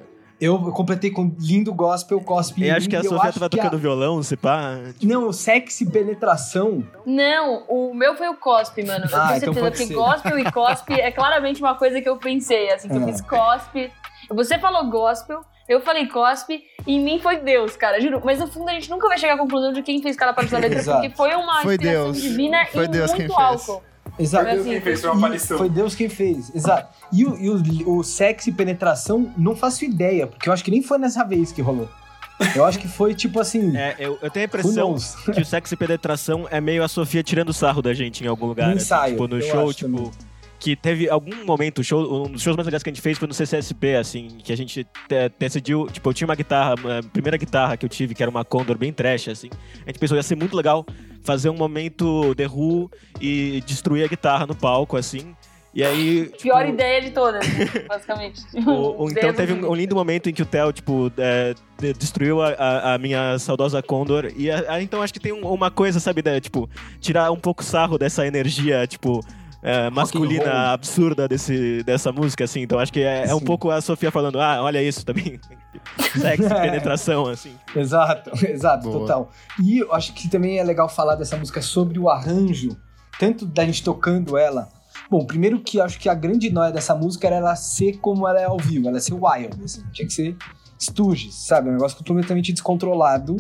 Eu completei com lindo gospel, cospe. Eu acho que a Sofia tava tocando a... violão, se pá. Não, sexy penetração. Não, o meu foi o cospe, mano. Eu ah, tenho então certeza, porque ser. gospel e cospe é claramente uma coisa que eu pensei, assim, que é. eu fiz cospe. Você falou gospel, eu falei cospe, e em mim foi Deus, cara, juro. Mas no fundo a gente nunca vai chegar à conclusão de quem fez cada parte da letra, porque foi uma foi inspiração Deus. divina foi e Deus muito quem álcool. Fez. Exato. Foi Deus quem fez, foi uma aparição. Foi Deus quem fez, exato. E o, e o, o sexy e penetração, não faço ideia, porque eu acho que nem foi nessa vez que rolou. Eu acho que foi tipo assim... É, eu, eu tenho a impressão que o sexy e penetração é meio a Sofia tirando sarro da gente em algum lugar. No assim, ensaio, tipo, no eu show, acho tipo... também. Que teve algum momento, o show, um dos shows mais legais que a gente fez foi no C C S P, assim, que a gente te, decidiu, tipo, eu tinha uma guitarra, a primeira guitarra que eu tive, que era uma Condor bem trash, assim, a gente pensou, ia ser muito legal fazer um momento The Who e destruir a guitarra no palco, assim, e aí... Tipo, pior ideia de todas, basicamente. O, o, então teve um, um lindo momento em que o Theo, tipo, é, de, destruiu a, a, a minha saudosa Condor, e a, a, então acho que tem um, uma coisa, sabe, né, tipo, tirar um pouco sarro dessa energia, tipo... É, masculina absurda desse, dessa música, assim. Então acho que é, é um pouco a Sofia falando, ah, olha isso também. Sexo, penetração, assim. Exato, exato, Boa. Total. E eu acho que também é legal falar dessa música sobre o arranjo, tanto da gente tocando ela. Bom, primeiro que eu acho que a grande noia dessa música era ela ser como ela é ao vivo, ela ser wild, assim. Tinha que ser Stooges, sabe? Um negócio completamente descontrolado.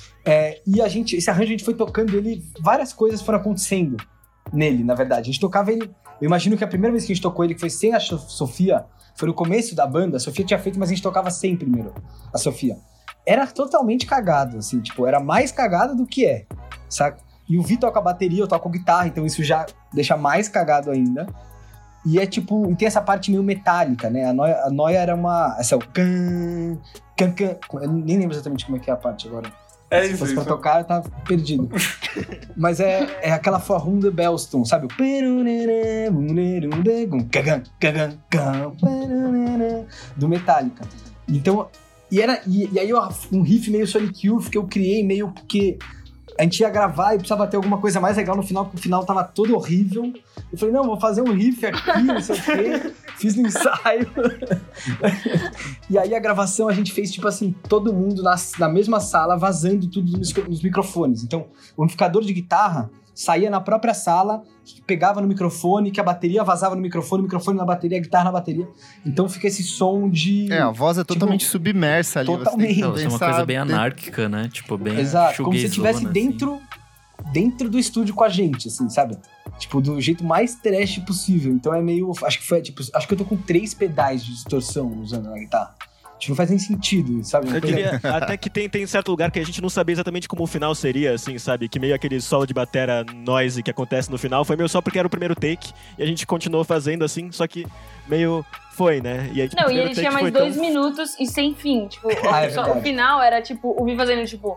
É, e a gente, esse arranjo a gente foi tocando ele, várias coisas foram acontecendo nele, na verdade. A gente tocava ele... Eu imagino que a primeira vez que a gente tocou ele, que foi sem a Sofia, foi no começo da banda. A Sofia tinha feito, mas a gente tocava sem primeiro, a Sofia. Era totalmente cagado, assim, tipo, era mais cagado do que é, saca? E o Vi toca a bateria, eu toco guitarra, então isso já deixa mais cagado ainda. E é tipo... E tem essa parte meio metálica, né? A noia, a noia era uma... Essa é o... Can, can, can, eu nem lembro exatamente como é que é a parte agora. É Se isso, fosse isso. pra tocar, eu tava perdido. Mas é, é aquela Forrunda Bellston, sabe? O do Metallica. Então, e, era, e, e aí um riff meio Sonic Youth que eu criei meio porque a gente ia gravar e precisava ter alguma coisa mais legal no final, porque o final tava todo horrível. Eu falei, não, vou fazer um riff aqui, não sei o quê. Fiz no ensaio. E aí a gravação a gente fez, tipo assim, todo mundo na, na mesma sala, vazando tudo nos, nos microfones. Então, o amplificador de guitarra saía na própria sala, pegava no microfone, que a bateria vazava no microfone, o microfone na bateria, a guitarra na bateria. Então fica esse som de... É, a voz é totalmente tipo, submersa ali. Totalmente. Não, é uma coisa bem anárquica, né? Tipo, bem exato, como se estivesse assim. dentro, dentro do estúdio com a gente, assim, sabe? Tipo, do jeito mais trash possível. Então é meio... Acho que foi, tipo... Acho que eu tô com três pedais de distorção usando na guitarra. Tipo, não faz nem sentido, sabe? Uma Eu coisa- diria até que tem, tem certo lugar que a gente não sabia exatamente como o final seria, assim, sabe? Que meio aquele solo de batera noise que acontece no final foi meio só porque era o primeiro take e a gente continuou fazendo assim, só que meio foi, né? E aí, tipo, o Não, e primeiro ele take tinha mais foi dois tão- minutos e sem fim. Tipo, Ah, é só- o verdade. final era tipo, o Vi fazendo tipo.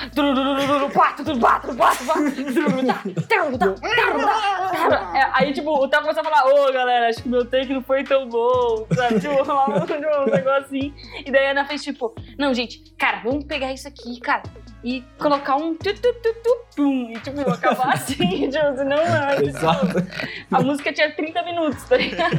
É, aí, tipo, o Theo começou a falar, ô galera, acho que meu take não foi tão bom, sabe? Tipo, falava um negócio assim. E daí a Ana fez tipo, não, gente, cara, vamos pegar isso aqui, cara, e colocar um tu, tu, tu, tu, pum, e tipo, acabar assim, tipo, senão, é, Exato. a música tinha trinta minutos, tá ligado?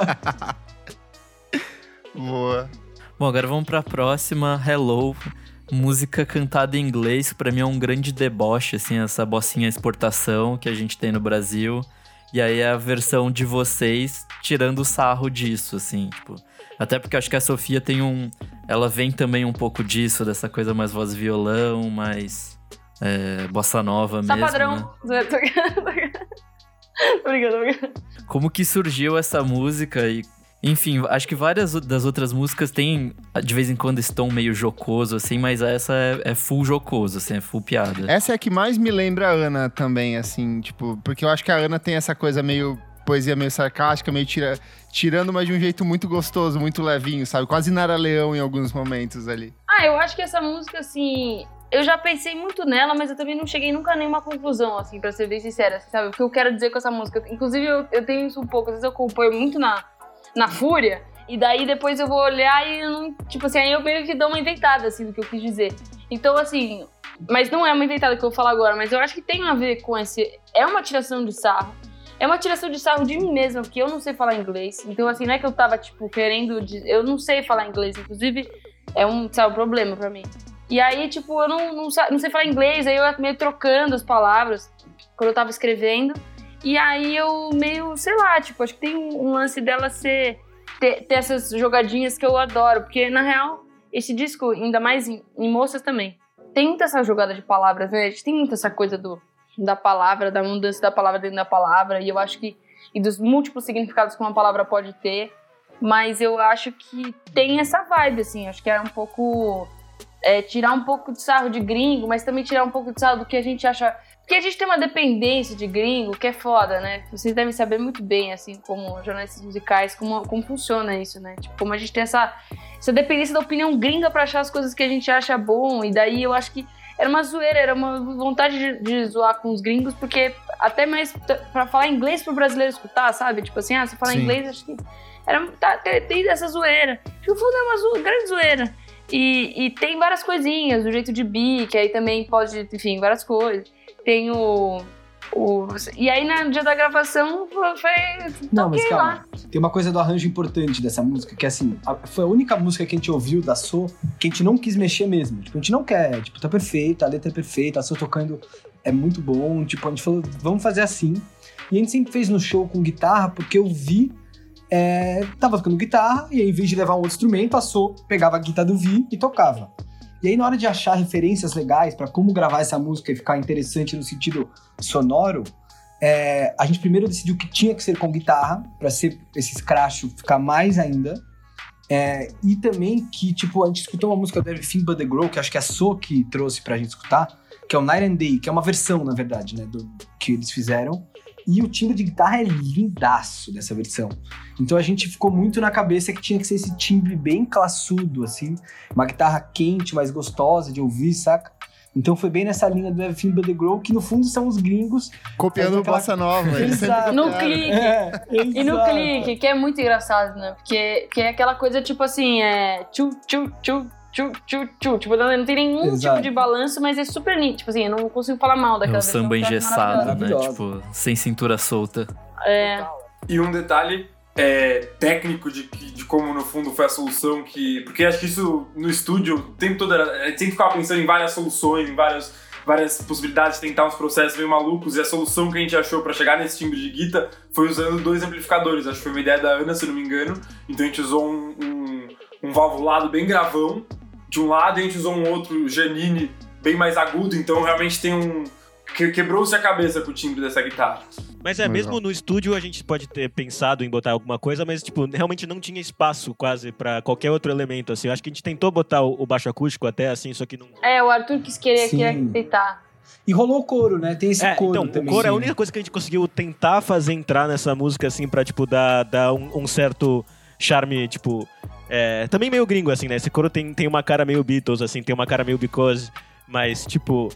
Boa. Bom, agora vamos pra próxima, Hello. Música cantada em inglês, que pra mim é um grande deboche, assim, essa bocinha exportação que a gente tem no Brasil. E aí a versão de vocês tirando o sarro disso, assim, tipo... Até porque eu acho que a Sofia tem um... Ela vem também um pouco disso, dessa coisa mais voz e violão, mais... É, bossa nova Só mesmo, padrão. né? Tô brincando, tô brincando. Como que surgiu essa música e... Enfim, acho que várias das outras músicas têm, de vez em quando, esse tom meio jocoso, assim, mas essa é, é full jocoso, assim, é full piada. Essa é a que mais me lembra a Ana também, assim, tipo... Porque eu acho que a Ana tem essa coisa meio... Poesia meio sarcástica, meio tira, tirando, mas de um jeito muito gostoso, muito levinho, sabe? Quase Nara Leão em alguns momentos ali. Ah, eu acho que essa música, assim... Eu já pensei muito nela, mas eu também não cheguei nunca a nenhuma conclusão, assim, pra ser bem sincera, assim, sabe? O que eu quero dizer com essa música. Inclusive, eu, eu tenho isso um pouco, às vezes eu acompanho muito na... na fúria, e daí depois eu vou olhar e eu não, tipo assim, aí eu meio que dou uma inventada, assim, do que eu quis dizer. Então, assim, mas não é uma inventada que eu vou falar agora, mas eu acho que tem a ver com esse, é uma tiração de sarro, é uma tiração de sarro de mim mesma, porque eu não sei falar inglês, então assim, não é que eu tava, tipo, querendo, eu não sei falar inglês, inclusive, é um, sabe, um problema pra mim. E aí, tipo, eu não, não, não sei falar inglês, aí eu ia meio trocando as palavras quando eu tava escrevendo. E aí eu meio, sei lá, tipo, acho que tem um, um lance dela ser... Ter, ter essas jogadinhas que eu adoro. Porque, na real, esse disco, ainda mais em, em moças também, tem muita essa jogada de palavras, né? A gente tem muita essa coisa do, da palavra, da mudança da palavra dentro da palavra. E eu acho que... E dos múltiplos significados que uma palavra pode ter. Mas eu acho que tem essa vibe, assim. Acho que é um pouco... É, tirar um pouco de sarro de gringo, mas também tirar um pouco de sarro do que a gente acha... Porque a gente tem uma dependência de gringo que é foda, né? Vocês devem saber muito bem, assim, como jornalistas musicais, como, como funciona isso, né? Tipo, como a gente tem essa, essa dependência da opinião gringa pra achar as coisas que a gente acha bom. E daí eu acho que era uma zoeira, era uma vontade de, de zoar com os gringos, porque até mais pra falar inglês pro brasileiro escutar, sabe? Tipo assim, ah, você fala inglês, acho que... Era, tá, tem essa zoeira. No fundo é uma zo, grande zoeira. E, e tem várias coisinhas, o jeito de bi, que aí também pode, enfim, várias coisas. Tem o... o e aí, no dia da gravação, foi... Não, mas calma. Lá. Tem uma coisa do arranjo importante dessa música, que assim, a, foi a única música que a gente ouviu da So que a gente não quis mexer mesmo. Tipo, a gente não quer, tipo, tá perfeita, a letra é perfeita, a So tocando é muito bom. Tipo, a gente falou, vamos fazer assim. E a gente sempre fez no show com guitarra, porque eu vi... É, tava tocando guitarra, e aí, em vez de levar um outro instrumento, a So pegava a guitarra do Vi e tocava. E aí, na hora de achar referências legais pra como gravar essa música e ficar interessante no sentido sonoro, é, a gente primeiro decidiu que tinha que ser com guitarra, pra ser esse escracho ficar mais ainda. É, e também que, tipo, a gente escutou uma música do Everything But The Girl, que acho que é a So que trouxe pra gente escutar, que é o Night and Day, que é uma versão, na verdade, né, do que eles fizeram. E o timbre de guitarra é lindaço dessa versão. Então a gente ficou muito na cabeça que tinha que ser esse timbre bem classudo, assim. Uma guitarra quente, mais gostosa de ouvir, saca? Então foi bem nessa linha do Everything But The Girl, que no fundo são os gringos... Copiando o aquela... Bossa Nova. Exato. No clique. É, e no clique, que é muito engraçado, né? Porque que é aquela coisa tipo assim, é... Tchu, tchu, tchu. Tchu, tchu, tchu. Tipo, não tem nenhum Exato. tipo de balanço, mas é super nítido. Tipo assim, eu não consigo falar mal daquela é o samba versão, engessado, né? Tipo, sem cintura solta. É. E um detalhe é, técnico de, de como, no fundo, foi a solução que... Porque acho que isso, no estúdio, o tempo todo, era, a gente sempre ficava pensando em várias soluções, em várias, várias possibilidades de tentar uns processos meio malucos, e a solução que a gente achou pra chegar nesse timbre de guitarra foi usando dois amplificadores. Acho que foi uma ideia da Ana, se não me engano. Então a gente usou um, um, um valvulado bem gravão, de um lado, a gente usou um outro Janine bem mais agudo, então realmente tem um... Que, quebrou-se a cabeça com o timbre dessa guitarra. Mas é, mesmo no estúdio a gente pode ter pensado em botar alguma coisa, mas tipo, realmente não tinha espaço quase pra qualquer outro elemento, assim. Eu acho que a gente tentou botar o, o baixo acústico até, assim, só que não... É, o Arthur quis querer, queria tentar. E rolou o coro, né? Tem esse é, coro então, também. O coro sim. é a única coisa que a gente conseguiu tentar fazer entrar nessa música, assim, pra, tipo, dar, dar um, um certo charme, tipo... É, também meio gringo, assim, né? Esse coro tem, tem uma cara meio Beatles, assim, tem uma cara meio Because, mas, tipo...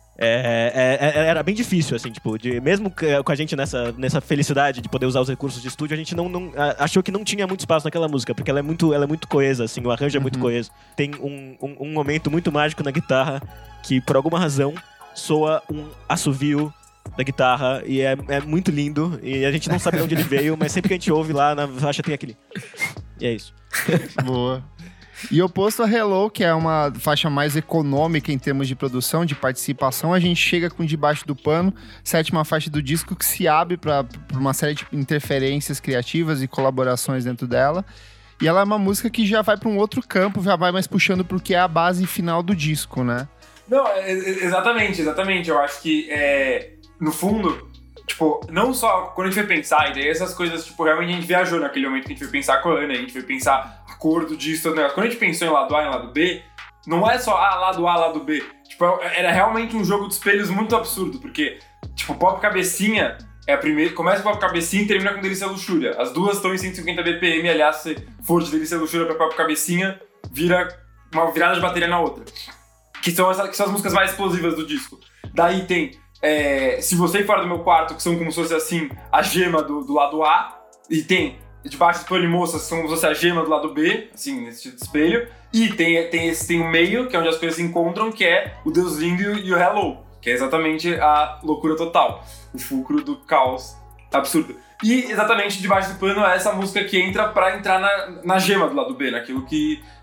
É, é, é, era bem difícil, assim, tipo, de, mesmo com a gente nessa, nessa felicidade de poder usar os recursos de estúdio, a gente não, não achou que não tinha muito espaço naquela música, porque ela é muito, ela é muito coesa, assim, o arranjo é muito uhum. coeso. Tem um, um, um momento muito mágico na guitarra que, por alguma razão, soa um assovio da guitarra e é, é muito lindo, e a gente não sabe de onde ele veio, mas sempre que a gente ouve lá na faixa tem aquele... E é isso. Boa. E oposto a Hello, que é uma faixa mais econômica em termos de produção, de participação, a gente chega com Debaixo do Pano, sétima faixa do disco que se abre para uma série de interferências criativas e colaborações dentro dela. E ela é uma música que já vai para um outro campo, já vai mais puxando para o que é a base final do disco, né? Não, é, é, exatamente, exatamente. Eu acho que, é, no fundo... Tipo, não só quando a gente foi pensar, e daí essas coisas, tipo, realmente a gente viajou naquele momento que a gente foi pensar com a Ana, a gente foi pensar a cor do disco, todo negócio. Quando a gente pensou em lado A e lado B, não é só, ah, lado A, lado B. Tipo, era realmente um jogo de espelhos muito absurdo, porque, tipo, Pop Cabecinha é a primeira, começa com Pop Cabecinha e termina com Delícia Luxúria. As duas estão em cento e cinquenta B P M, aliás, se for de Delícia Luxúria pra Pop Cabecinha, vira uma virada de bateria na outra. Que são, essa, que são as músicas mais explosivas do disco. Daí tem... É, Se Você Ir Fora do Meu Quarto, que são como se fosse assim, a gema do, do lado A, e tem Debaixo do Pano e Moças, que são como se fosse a gema do lado B, assim, nesse tipo de espelho, e tem, tem, esse, tem o meio, que é onde as coisas se encontram, que é o Deus Lindo e o Hello, que é exatamente a loucura total, o fulcro do caos absurdo. E exatamente Debaixo do Pano é essa música que entra pra entrar na, na gema do lado B, naquilo que,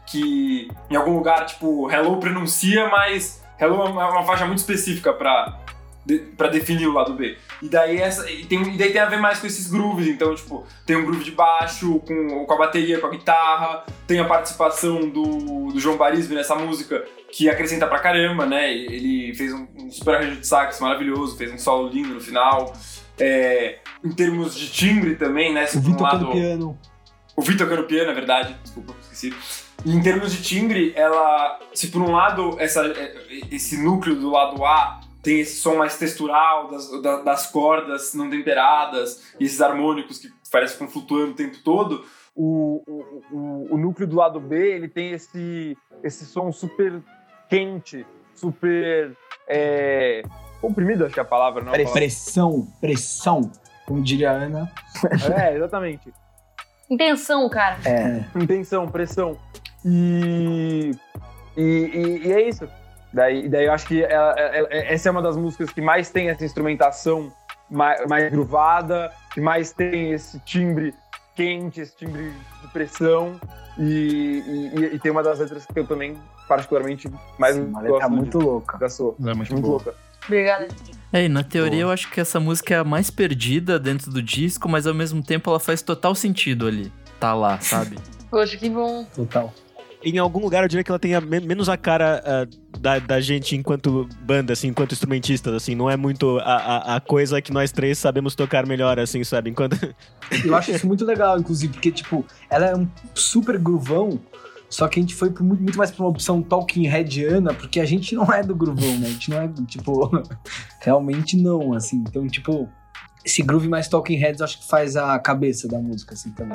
que em algum lugar, tipo, Hello pronuncia, mas Hello é uma, uma faixa muito específica pra, de, pra definir o lado B. E daí, essa, e, tem, e daí tem a ver mais com esses grooves, então, tipo, tem um groove de baixo, com, com a bateria, com a guitarra, tem a participação do, do João Barisby nessa música, que acrescenta pra caramba, né? Ele fez um, um super arranjo de sax maravilhoso, fez um solo lindo no final. É, em termos de timbre também, né? O Vitor tocando piano. O Vitor tocando piano, é verdade. Desculpa, esqueci. E em termos de timbre, ela... Se por um lado, essa, esse núcleo do lado A tem esse som mais textural das, das cordas não temperadas e esses harmônicos que parecem que estão flutuando o tempo todo, o, o, o, o núcleo do lado B, ele tem esse, esse som super quente, super é, comprimido, acho que é a palavra, não é a palavra. Pressão, pressão, como diria a Ana. É, exatamente. Intenção, cara. É. Intenção, pressão. E, e, e, e é isso. Daí, daí eu acho que ela, ela, essa é uma das músicas que mais tem essa instrumentação mais, mais groovada, que mais tem esse timbre quente, esse timbre de pressão. E, e, e tem uma das letras que eu também, particularmente, mais Sim, uma gosto. letra muito louca. Da sua. É muito, muito boa. louca. Obrigada. É, e na teoria eu acho que essa música é a mais perdida dentro do disco, mas ao mesmo tempo ela faz total sentido ali. Tá lá, sabe? Poxa, que bom. Total. Em algum lugar eu diria que ela tenha me- menos a cara uh, da, da gente enquanto banda, assim, enquanto instrumentistas, assim. Não é muito a, a, a coisa que nós três sabemos tocar melhor, assim, sabe? Enquanto... Eu acho isso muito legal, inclusive, porque, tipo, ela é um super groovão, só que a gente foi muito, muito mais pra uma opção Talking Headiana, porque a gente não é do groovão, né? A gente não é, tipo, realmente não, assim. Então, tipo, esse groove mais Talking Heads eu acho que faz a cabeça da música, assim, também.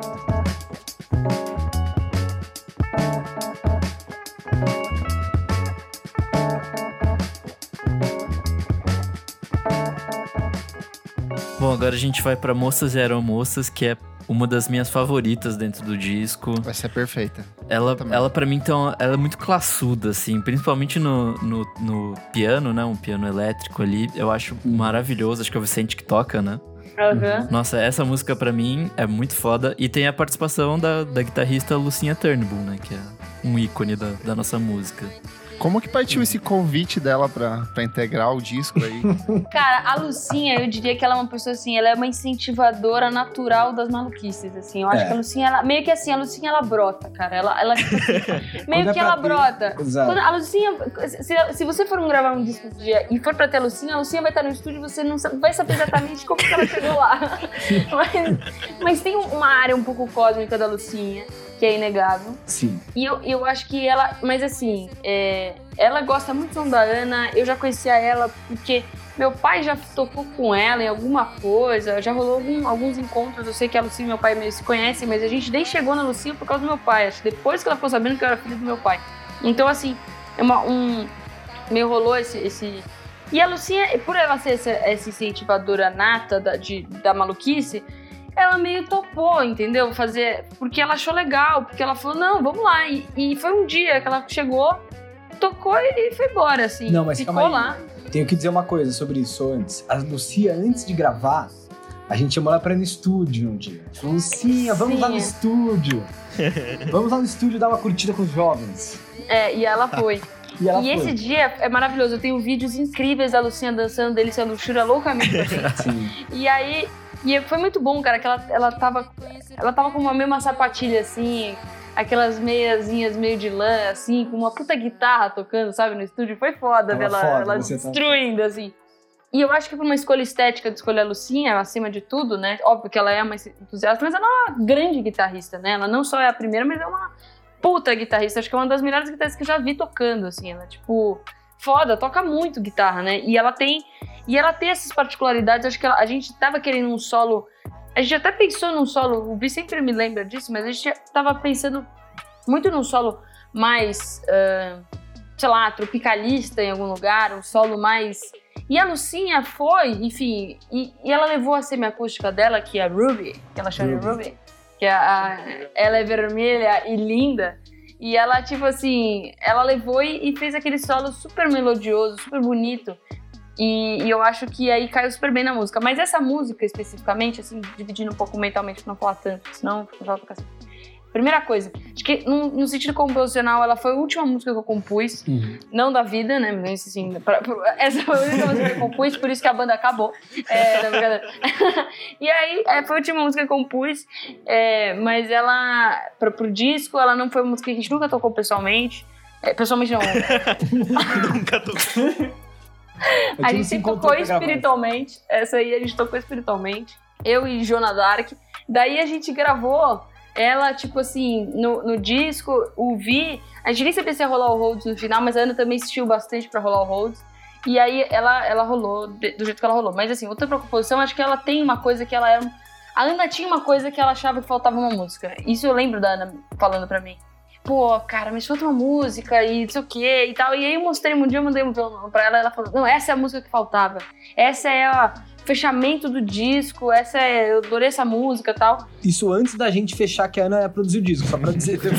Bom, agora a gente vai pra Moças e Aeromoças, que é uma das minhas favoritas dentro do disco. Essa é perfeita. Ela, Também. ela pra mim, então, ela é muito classuda, assim, principalmente no, no, no piano, né? Um piano elétrico ali. Eu acho maravilhoso, acho que é o Vicente que toca, né? Uhum. Nossa, essa música pra mim é muito foda. E tem a participação da, da guitarrista Lucinha Turnbull, né? Que é um ícone da, da nossa música. Como que partiu esse convite dela pra, pra integrar o disco aí? Cara, a Lucinha, eu diria que ela é uma pessoa assim, ela é uma incentivadora natural das maluquices, assim. Eu acho É. que a Lucinha, ela, meio que assim, a Lucinha, ela brota, cara. Ela, ela tipo assim, meio Quando é que pra ela ter- brota. Exato. Quando a Lucinha, se, se você for gravar um disco esse dia e for pra ter a Lucinha, a Lucinha vai estar no estúdio e você não sabe- vai saber exatamente como que ela chegou lá. mas, mas tem uma área um pouco cósmica da Lucinha, que é inegável. Sim. E eu, eu acho que ela... Mas assim, é, ela gosta muito do som da Ana. Eu já conhecia ela porque meu pai já tocou com ela em alguma coisa. Já rolou algum- alguns encontros. Eu sei que a Lucinha e meu pai meio se conhecem, mas a gente nem chegou na Lucinha por causa do meu pai. Acho que depois que ela ficou sabendo que eu era filho do meu pai. Então, assim, é uma, um... meio rolou esse... esse... E a Lucinha, por ela ser essa, essa incentivadora nata da, de, da maluquice... ela meio topou, entendeu? Fazer, porque ela achou legal, porque ela falou, não, vamos lá. E, e foi um dia que ela chegou, tocou e foi embora, assim. Não, mas ficou calma aí. lá. Tenho que dizer uma coisa sobre isso antes. A Lucia, antes de gravar, a gente chamou ela pra ir no estúdio um dia. Falou, Lucinha, vamos lá no estúdio. Vamos lá no estúdio dar uma curtida com os jovens. É, e ela foi. E ela e foi. esse dia é maravilhoso. Eu tenho vídeos incríveis da Lucinha dançando, dele sendo luxúria loucamente pra gente. Sim. E aí, e foi muito bom, cara, que ela, ela tava. Ela tava com uma mesma sapatilha assim, aquelas meiazinhas meio de lã, assim, com uma puta guitarra tocando, sabe, no estúdio. Foi foda Tava dela, foda, ela você tá- destruindo, assim. E eu acho que por uma escolha estética de escolher a Lucinha, acima de tudo, né? Óbvio que ela é uma entusiasta, mas ela é uma grande guitarrista, né? Ela não só é a primeira, mas é uma puta guitarrista. Acho que é uma das melhores guitarristas que eu já vi tocando, assim. Ela é, tipo, foda, toca muito guitarra, né? E ela tem, e ela tem essas particularidades. Acho que ela- a gente tava querendo um solo... A gente até pensou num solo... O Bi sempre me lembra disso, mas a gente tava pensando muito num solo mais... Uh, sei lá, tropicalista em algum lugar. Um solo mais... E a Lucinha foi, enfim... E, e ela levou a semiacústica dela, que é a Ruby, que ela chama de Ruby. Que é a, ela é vermelha e linda. E ela, tipo assim, ela levou e, e fez aquele solo super melodioso, super bonito. E, e eu acho que aí caiu super bem na música. Mas essa música, especificamente, assim, dividindo um pouco mentalmente pra não falar tanto, senão eu falo pra cacete. Primeira coisa, acho que no, no sentido composicional, ela foi a última música que eu compus, Uhum. não da vida, né? Mas assim, pra, pra, essa foi a única música que eu compus, por isso que a banda acabou. É, não, brincadeira. E aí, é, foi a última música que eu compus, é, mas ela, pra, pro disco, ela não foi uma música que a gente nunca tocou pessoalmente. É, pessoalmente não. Nunca tô... A gente sempre tocou espiritualmente. Essa aí a gente tocou espiritualmente. Eu e Joana Dark. Daí a gente gravou ela, tipo assim, no, no disco, o Vi. A gente nem sabia se ia rolar o Rhodes no final, mas a Ana também insistiu bastante pra rolar o Rhodes. E aí ela, ela rolou do jeito que ela rolou. Mas assim, outra composição, acho que ela tem uma coisa que ela era. A Ana tinha uma coisa que ela achava que faltava uma música. Isso eu lembro da Ana falando pra mim. Pô, cara, mas falta uma música e não sei o que e tal. E aí eu mostrei um dia, eu mandei um violão pra ela e ela falou, não, essa é a música que faltava. Essa é o fechamento do disco, essa é, eu adorei essa música e tal. Isso antes da gente fechar que a Ana ia produzir o disco, só pra dizer também.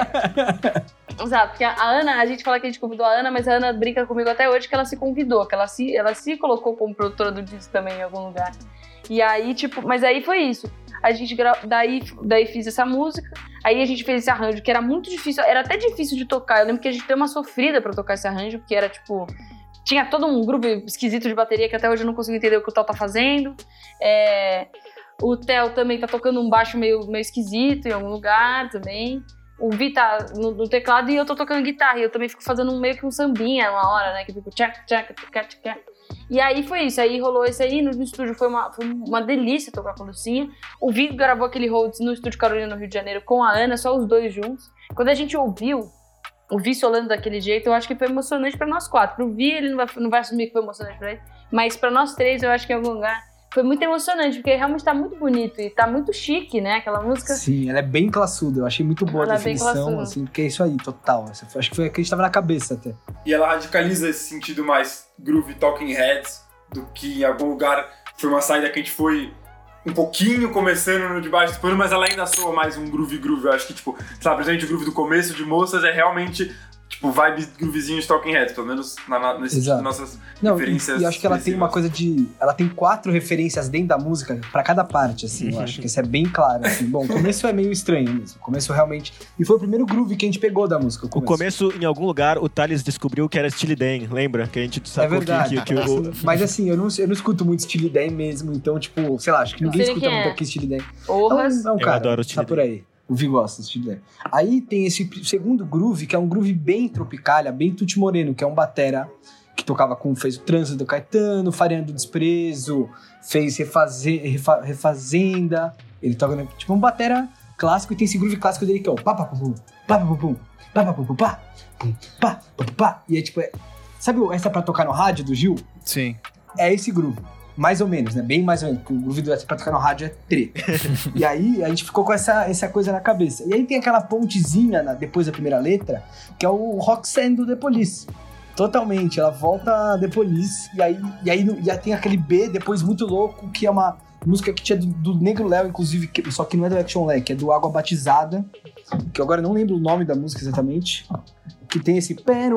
É. Exato, porque a Ana, a gente fala que a gente convidou a Ana, mas a Ana brinca comigo até hoje que ela se convidou, que ela se, ela se colocou como produtora do disco também em algum lugar. E aí, tipo, mas aí foi isso. A gente gra... daí, daí fiz essa música, aí a gente fez esse arranjo, que era muito difícil, era até difícil de tocar. Eu lembro que a gente deu uma sofrida pra tocar esse arranjo, porque era tipo. Tinha todo um groove esquisito de bateria que até hoje eu não consigo entender o que o Theo tá fazendo. É... O Theo também tá tocando um baixo meio, meio esquisito em algum lugar também. O Vi tá no, no teclado e eu tô tocando guitarra. E eu também fico fazendo um, meio que um sambinha uma hora, né? Que fico tchac, tchac, tchac, tchac. E aí foi isso, aí rolou isso aí, no, no estúdio foi uma, foi uma delícia tocar com a Lucinha. O Vi gravou aquele Rhodes no Estúdio Carolina, no Rio de Janeiro, com a Ana, só os dois juntos. Quando a gente ouviu o Vi solando daquele jeito, eu acho que foi emocionante pra nós quatro. Pro Vi, ele não vai, não vai assumir que foi emocionante pra ele, mas pra nós três, eu acho que em algum lugar foi muito emocionante, porque realmente tá muito bonito e tá muito chique, né, aquela música. Sim, ela é bem classuda, eu achei muito boa Ela a é bem definição, classuda. assim, porque é isso aí, total. Acho que foi a que a gente tava na cabeça até. E ela radicaliza esse sentido mais groove Talking Heads do que em algum lugar foi uma saída que a gente foi um pouquinho começando no Debaixo do Pano, mas ela ainda soa mais um groove groove. Eu acho que, tipo, sabe, presente o groove do começo de Moças é realmente, tipo, vibe groovezinho de Talking Heads, pelo menos na, na, nesse tipo de nossas Não, referências. E, e acho que ela tem uma coisa de... Ela tem quatro referências dentro da música pra cada parte, assim, eu acho que isso é bem claro, assim. Bom, o começo é meio estranho mesmo, o começo realmente... E foi o primeiro groove que a gente pegou da música, o O começo. começo, em algum lugar, o Thales descobriu que era Steely Dan, lembra? Que a gente É sacou verdade, que... que, que o... mas assim, eu não, eu não escuto muito Steely Dan mesmo, então, tipo, sei lá, acho que ninguém Sei escuta quem muito é. aqui Steely Dan. Porras. É um, é um Eu cara, adoro o tá Steely por Dan. aí. O Vi gosta do Steely Dan. Aí tem esse segundo groove, que é um groove bem tropicalha, bem Tutti Moreno, que é um batera que tocava com, fez o Trânsito do Caetano, Farinha do Desprezo, fez refaze, refa, Refazenda, ele toca, né, tipo um batera clássico, e tem esse groove clássico dele que é o pá pá pum pá pá pum pá pá pum pá pum pá pá pá, e é tipo, é, sabe essa pra tocar no rádio do Gil? Sim. É esse groove. Mais ou menos, né? Bem mais ou menos, porque o groove do pra tocar no rádio é tre. E aí, a gente ficou com essa, essa coisa na cabeça. E aí tem aquela pontezinha na, depois da primeira letra, que é o Roxanne do The Police. Totalmente, ela volta a The Police, e aí, e aí já tem aquele B depois muito louco, que é uma música que tinha do, do Negro Léo, inclusive, que, só que não é do Action Lake, é do Água Batizada, que eu agora não lembro o nome da música exatamente, que tem esse...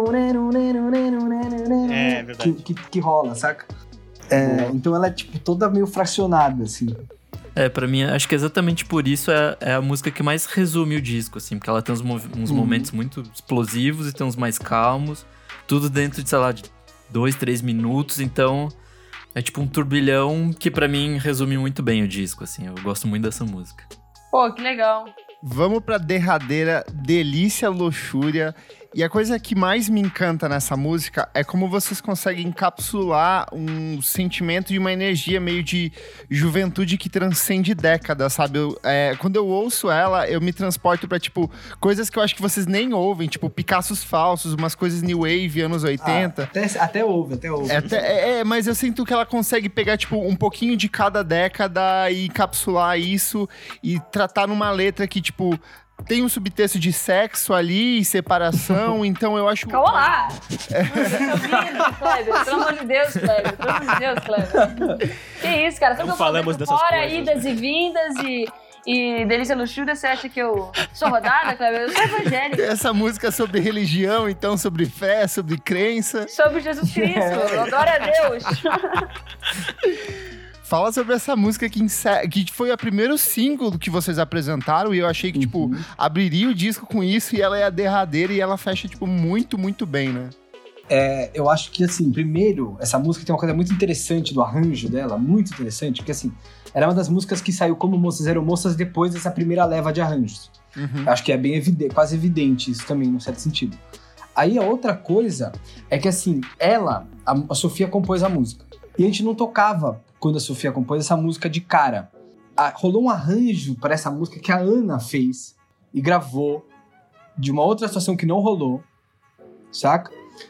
É, verdade. Que, que, que rola, saca? É, então ela é, tipo, toda meio fracionada, assim. É, pra mim, acho que exatamente por isso é, é a música que mais resume o disco, assim, porque ela tem uns, mov- uns Uhum. momentos muito explosivos e tem uns mais calmos, tudo dentro de, sei lá, de dois, três minutos, então é tipo um turbilhão que pra mim resume muito bem o disco, assim, eu gosto muito dessa música. Pô, que legal. Vamos pra derradeira Delícia Luxúria. E a coisa que mais me encanta nessa música é como vocês conseguem encapsular um sentimento e uma energia meio de juventude que transcende décadas, sabe? Eu, é, quando eu ouço ela, eu me transporto pra, tipo, coisas que eu acho que vocês nem ouvem, tipo, Picassos falsos, umas coisas new wave, anos oitenta. Ah, até, até ouve, até ouve. É, até- é, é, mas eu sinto que ela consegue pegar, tipo, um pouquinho de cada década e encapsular isso e tratar numa letra que, tipo, tem um subtexto de sexo ali e separação, então eu acho... Calma lá! Tá ouvindo, Kleber? Pelo amor de Deus, Kleber. Pelo amor de Deus, Kleber. Que isso, cara? Sabe Não que eu falamos falo dessas fora, coisas. idas e vindas e, e delícia luxúria, você acha que eu sou rodada, Kleber? Eu sou evangélica. Essa música é sobre religião, então, sobre fé, sobre crença. Sobre Jesus Cristo. Glória a Deus. fala sobre essa música que, encer... que foi o primeiro single que vocês apresentaram e eu achei que, uhum. tipo, abriria o disco com isso e ela é a derradeira e ela fecha, tipo, muito, muito bem, né? É, eu acho que, assim, primeiro, essa música tem uma coisa muito interessante do arranjo dela, muito interessante, porque, assim, era uma das músicas que saiu como Moças Eram Moças depois dessa primeira leva de arranjos. Uhum. Eu acho que é bem evidente, quase evidente isso também, num certo sentido. Aí a outra coisa é que, assim, ela, a, a Sofia compôs a música. E a gente não tocava, quando a Sofia compôs essa música de cara. A, rolou um arranjo para essa música que a Ana fez e gravou de uma outra situação que não rolou, saca?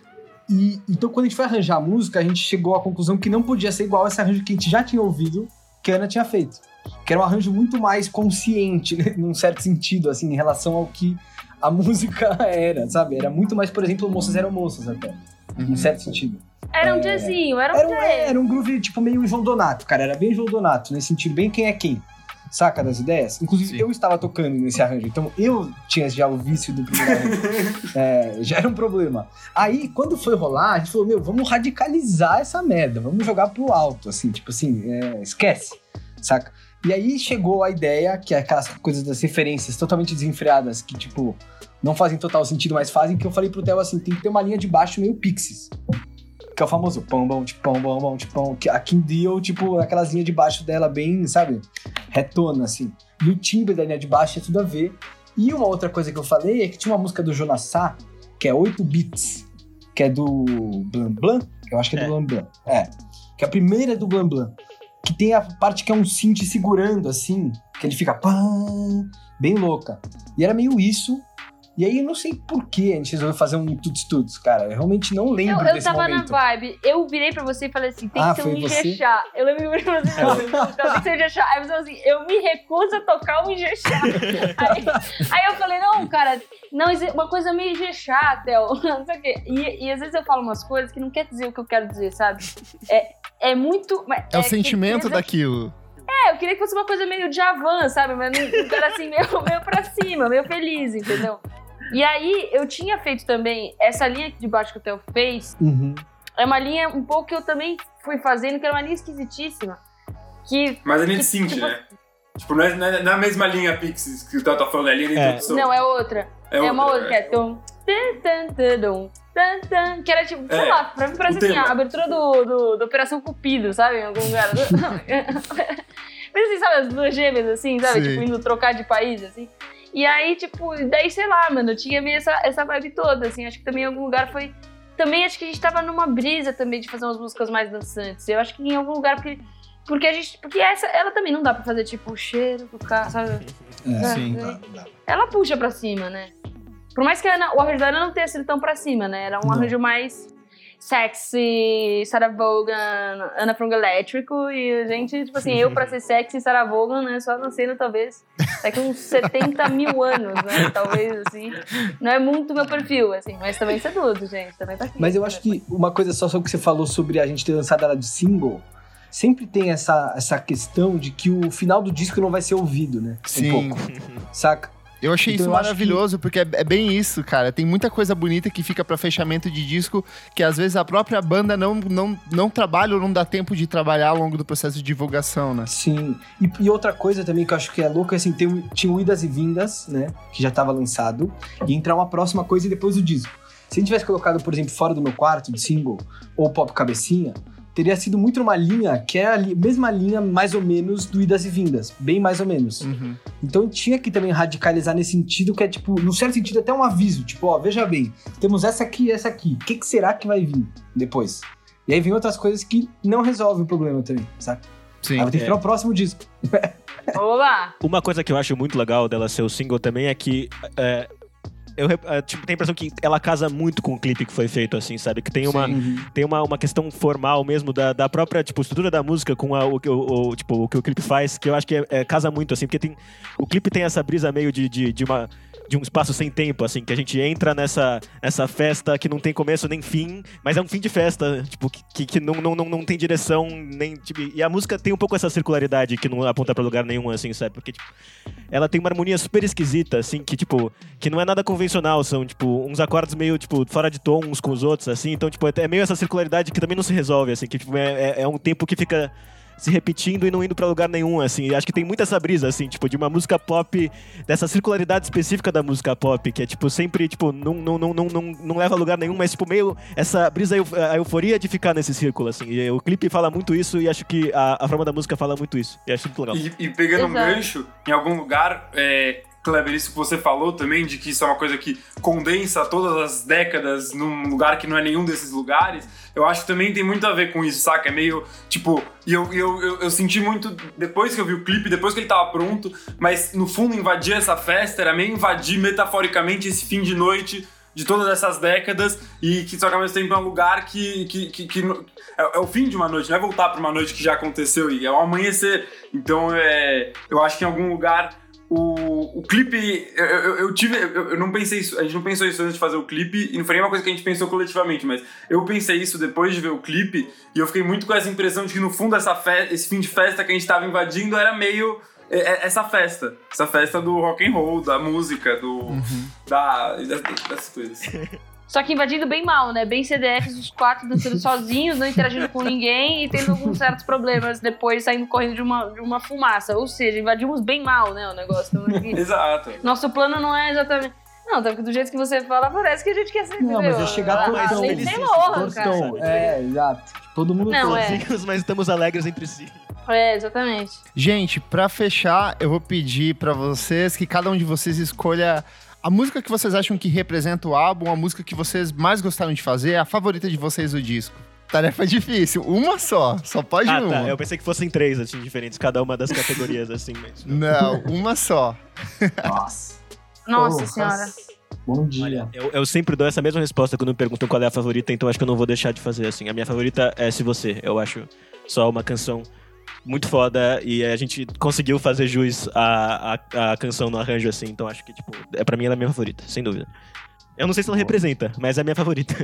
E, então, quando a gente foi arranjar a música, a gente chegou à conclusão que não podia ser igual a esse arranjo que a gente já tinha ouvido, que a Ana tinha feito. Que era um arranjo muito mais consciente, né? Num certo sentido, assim, em relação ao que a música era, sabe? Era muito mais, por exemplo, Moças Eram Moças, até. Uhum. Num certo sentido. Era um é... jazzinho, era um era um, jazz. Era um groove, tipo, meio João Donato, cara. Era bem João Donato, nesse sentido, bem quem é quem. Saca das ideias? Inclusive, Sim. eu estava tocando nesse arranjo, então eu tinha já o vício do primeiro arranjo. é, já era um problema. Aí, quando foi rolar, a gente falou, meu, vamos radicalizar essa merda, vamos jogar pro alto, assim, tipo assim, é, esquece, saca? E aí chegou a ideia, que é aquelas coisas das referências totalmente desenfreadas, que, tipo, não fazem total sentido, mas fazem, que eu falei pro Theo assim, tem que ter uma linha de baixo meio Pixies. Que é o famoso pão, bom, tipo, pão, bom, bom, tipo, pão. A Kim Deal, tipo, aquelas linhas de baixo dela bem, sabe, retona, assim. E o timbre da linha de baixo é tudo a ver. E uma outra coisa que eu falei é que tinha uma música do Jonas Sá, que é oito bits, que é do Blan Blan, eu acho que é, é. do Blan Blan. É, que é a primeira do Blan Blan. Que tem a parte que é um synth segurando, assim, que ele fica pam, bem louca. E era meio isso. E aí eu não sei por que a gente resolveu fazer um tuts-tuts, cara. Eu realmente não lembro eu, desse eu tava momento. na vibe. Eu virei pra você e falei assim, tem ah, que ser um você? Ijexá. Eu lembro que eu virei pra você e falei, então tem que ser um Ijexá. Aí você falou assim, eu me recuso a tocar um Ijexá. aí, aí eu falei, não, cara, não, uma coisa meio Ijexá, Theo. Não sei o quê. E, e às vezes eu falo umas coisas que não quer dizer o que eu quero dizer, sabe? É, é muito... É, é o sentimento que, daquilo. É, eu queria que fosse uma coisa meio Djavan, sabe? Mas um cara assim, meio, meio pra cima, meio feliz, entendeu? E aí, eu tinha feito também, essa linha aqui de baixo que o Theo fez, uhum. é uma linha um pouco que eu também fui fazendo, que era uma linha esquisitíssima. Que, Mas a linha que, de synth, tipo, né? Tipo, não é, não é, não é a mesma linha Pixies que o Theo tá falando, é a linha de é. introdução. Não, é outra. É, é uma outra, é. que é tom, tan, tan, tan, dum, tan, tan, que era tipo, sei é. lá, pra mim parece assim, a abertura do, do, do Operação Cupido, sabe? Em algum lugar. Mas assim, sabe, as duas gêmeas, assim, sabe? Sim. Tipo, indo trocar de país, assim. E aí, tipo, daí, sei lá, mano, eu tinha meio essa, essa vibe toda, assim, acho que também em algum lugar foi... Também acho que a gente tava numa brisa também de fazer umas músicas mais dançantes. Eu acho que em algum lugar, porque, porque a gente... Porque essa, ela também não dá pra fazer, tipo, o cheiro do carro, sabe? É, sim. Dá, dá. Ela puxa pra cima, né? Por mais que a Ana, o arranjo da Ana não tenha sido tão pra cima, né? Era um não. arranjo mais... sexy, Sarah Vaughan, Ana Frango Elétrico, e a gente, tipo assim, eu pra ser sexy, Sarah Vaughan, né, só nascendo talvez daqui uns setenta mil anos, né, talvez, assim, não é muito meu perfil, assim, mas também seduzo, gente, também tá aqui. Mas eu acho que uma coisa só sobre o que você falou sobre a gente ter lançado ela de single, sempre tem essa, essa questão de que o final do disco não vai ser ouvido, né, Sim. um pouco, saca? Eu achei então, isso eu maravilhoso, que... porque é, é bem isso, cara. Tem muita coisa bonita que fica pra fechamento de disco, que às vezes a própria banda não, não, não trabalha ou não dá tempo de trabalhar ao longo do processo de divulgação, né? Sim. E, e outra coisa também que eu acho que é louco é assim, tem, tinha o Idas e Vindas, né? Que já tava lançado, e entrar uma próxima coisa e depois o disco. Se a gente tivesse colocado, por exemplo, Fora do Meu Quarto, de single, ou Pop Cabecinha, teria sido muito uma linha que é a li- mesma linha, mais ou menos, do Idas e Vindas. Bem mais ou menos. Uhum. Então tinha que também radicalizar nesse sentido, que é tipo, no certo sentido, até um aviso. Tipo, ó, veja bem, temos essa aqui e essa aqui. O que, que será que vai vir depois? E aí vem outras coisas que não resolvem o problema também, sabe? Sim. Aí vai ter que É. esperar o próximo disco. Olá! Uma coisa que eu acho muito legal dela ser o single também é que... É, eu é, tipo, tenho a impressão que ela casa muito com o clipe que foi feito, assim, sabe? Que tem uma, tem uma, uma questão formal mesmo da, da própria, tipo, estrutura da música com a, o, o, o, tipo, o que o clipe faz, que eu acho que é, é, casa muito, assim, porque tem, o clipe tem essa brisa meio de, de, de uma... de um espaço sem tempo, assim, que a gente entra nessa, nessa festa que não tem começo nem fim, mas é um fim de festa, tipo, que, que não, não, não, não tem direção, nem, tipo, e a música tem um pouco essa circularidade que não aponta pra lugar nenhum, assim, sabe? Porque, tipo, ela tem uma harmonia super esquisita, assim, que, tipo, que não é nada convencional, são, tipo, uns acordes meio, tipo, fora de tom uns com os outros, assim, então, tipo, é meio essa circularidade que também não se resolve, assim, que, tipo, é, é um tempo que fica... se repetindo e não indo pra lugar nenhum, assim. E acho que tem muita essa brisa, assim, tipo, de uma música pop, dessa circularidade específica da música pop, que é, tipo, sempre, tipo, não, não, não, não, não, não leva a lugar nenhum, mas, tipo, meio essa brisa, a euforia de ficar nesse círculo, assim. E o clipe fala muito isso e acho que a, a forma da música fala muito isso. E acho muito legal. E, e pegando Exato. um gancho, em algum lugar, é, Kleber, isso que você falou também, de que isso é uma coisa que condensa todas as décadas num lugar que não é nenhum desses lugares, eu acho que também tem muito a ver com isso, saca? É meio, tipo... E eu, eu, eu, eu senti muito, depois que eu vi o clipe, depois que ele tava pronto, mas no fundo invadir essa festa era meio invadir metaforicamente esse fim de noite de todas essas décadas, e que só que ao mesmo tempo é um lugar que, que, que, que é, é o fim de uma noite, não é voltar pra uma noite que já aconteceu, e é o amanhecer. Então é, eu acho que em algum lugar o, o clipe, eu, eu, eu tive, eu, eu não pensei isso, a gente não pensou isso antes de fazer o clipe, e não foi nem uma coisa que a gente pensou coletivamente, mas eu pensei isso depois de ver o clipe, e eu fiquei muito com essa impressão de que no fundo essa fe- esse fim de festa que a gente tava invadindo era meio essa festa, essa festa do rock and roll, da música, do uhum. da, dessas coisas. Só que invadindo bem mal, né? Bem C D Fs, os quatro dançando sozinhos, não interagindo com ninguém e tendo alguns certos problemas depois saindo correndo de uma, de uma fumaça. Ou seja, invadimos bem mal, né, o negócio. Então, aqui, exato. Nosso plano não é exatamente... Não, tá, do jeito que você fala, parece que a gente quer ser, não, entendeu? mas é chegar ah, tortão. Nem tem honra, cara. É, exato. Todo mundo não, é. sozinhos, mas estamos alegres entre si. É, exatamente. Gente, pra fechar, eu vou pedir pra vocês que cada um de vocês escolha a música que vocês acham que representa o álbum, a música que vocês mais gostaram de fazer, a favorita de vocês do disco. Tarefa difícil, uma só, só pode ah, uma. Tá. Eu pensei que fossem três, assim, diferentes, cada uma das categorias, assim, mas... Não, uma só. Nossa. Nossa oh, senhora. Bom dia. Olha, eu, eu sempre dou essa mesma resposta quando me perguntam qual é a favorita, então acho que eu não vou deixar de fazer, assim. A minha favorita é Se Você, eu acho só uma canção muito foda e a gente conseguiu fazer jus à, à, à canção no arranjo, assim, então acho que, tipo, é, pra mim ela é a minha favorita, sem dúvida. Eu não sei se ela representa, mas é a minha favorita.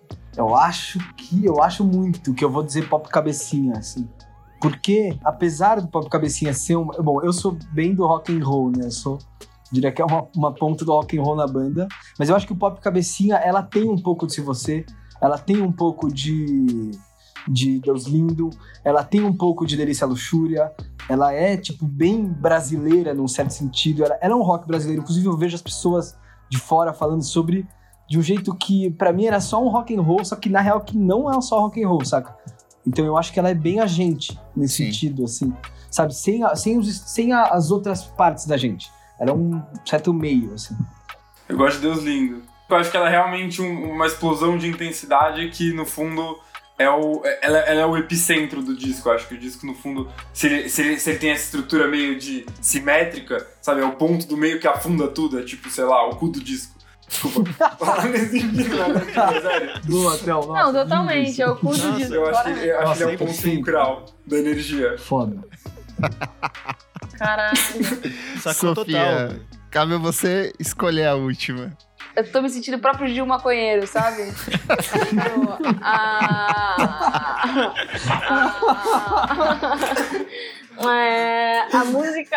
Eu acho que, eu acho muito que eu vou dizer Pop Cabecinha, assim. Porque, apesar do Pop Cabecinha ser um... Bom, eu sou bem do rock and roll, né? Eu sou... Diria que é uma, uma ponta do rock and roll na banda. Mas eu acho que o Pop Cabecinha, ela tem um pouco de Se Você. Ela tem um pouco de... de Deus Lindo, ela tem um pouco de Delícia Luxúria, ela é, tipo, bem brasileira num certo sentido, ela, ela é um rock brasileiro, inclusive eu vejo as pessoas de fora falando sobre, de um jeito que pra mim era só um rock and roll, só que na real que não é só rock and roll, saca? Então eu acho que ela é bem a gente, nesse Sim. sentido, assim, sabe? Sem, a, sem, os, sem a, as outras partes da gente, ela é um certo meio, assim. Eu gosto de Deus Lindo. Eu acho que ela é realmente um, uma explosão de intensidade que, no fundo... É o, ela, ela é o epicentro do disco. Eu acho que o disco, no fundo, se ele, se, ele, se ele tem essa estrutura meio de simétrica, sabe? É o ponto do meio que afunda tudo. É tipo, sei lá, o cu do disco. Desculpa. Falar nesse sentido, né? Sério. Boa, Théo. Não, totalmente. É o cu do disco. Eu acho que, eu acho Nossa, que ele é o ponto fulcral da energia. Foda. Caralho. Sacou Sofia, total. Cabe a você escolher a última. Eu tô me sentindo o próprio Gil Maconheiro, sabe? Tipo, a, a, é, a música...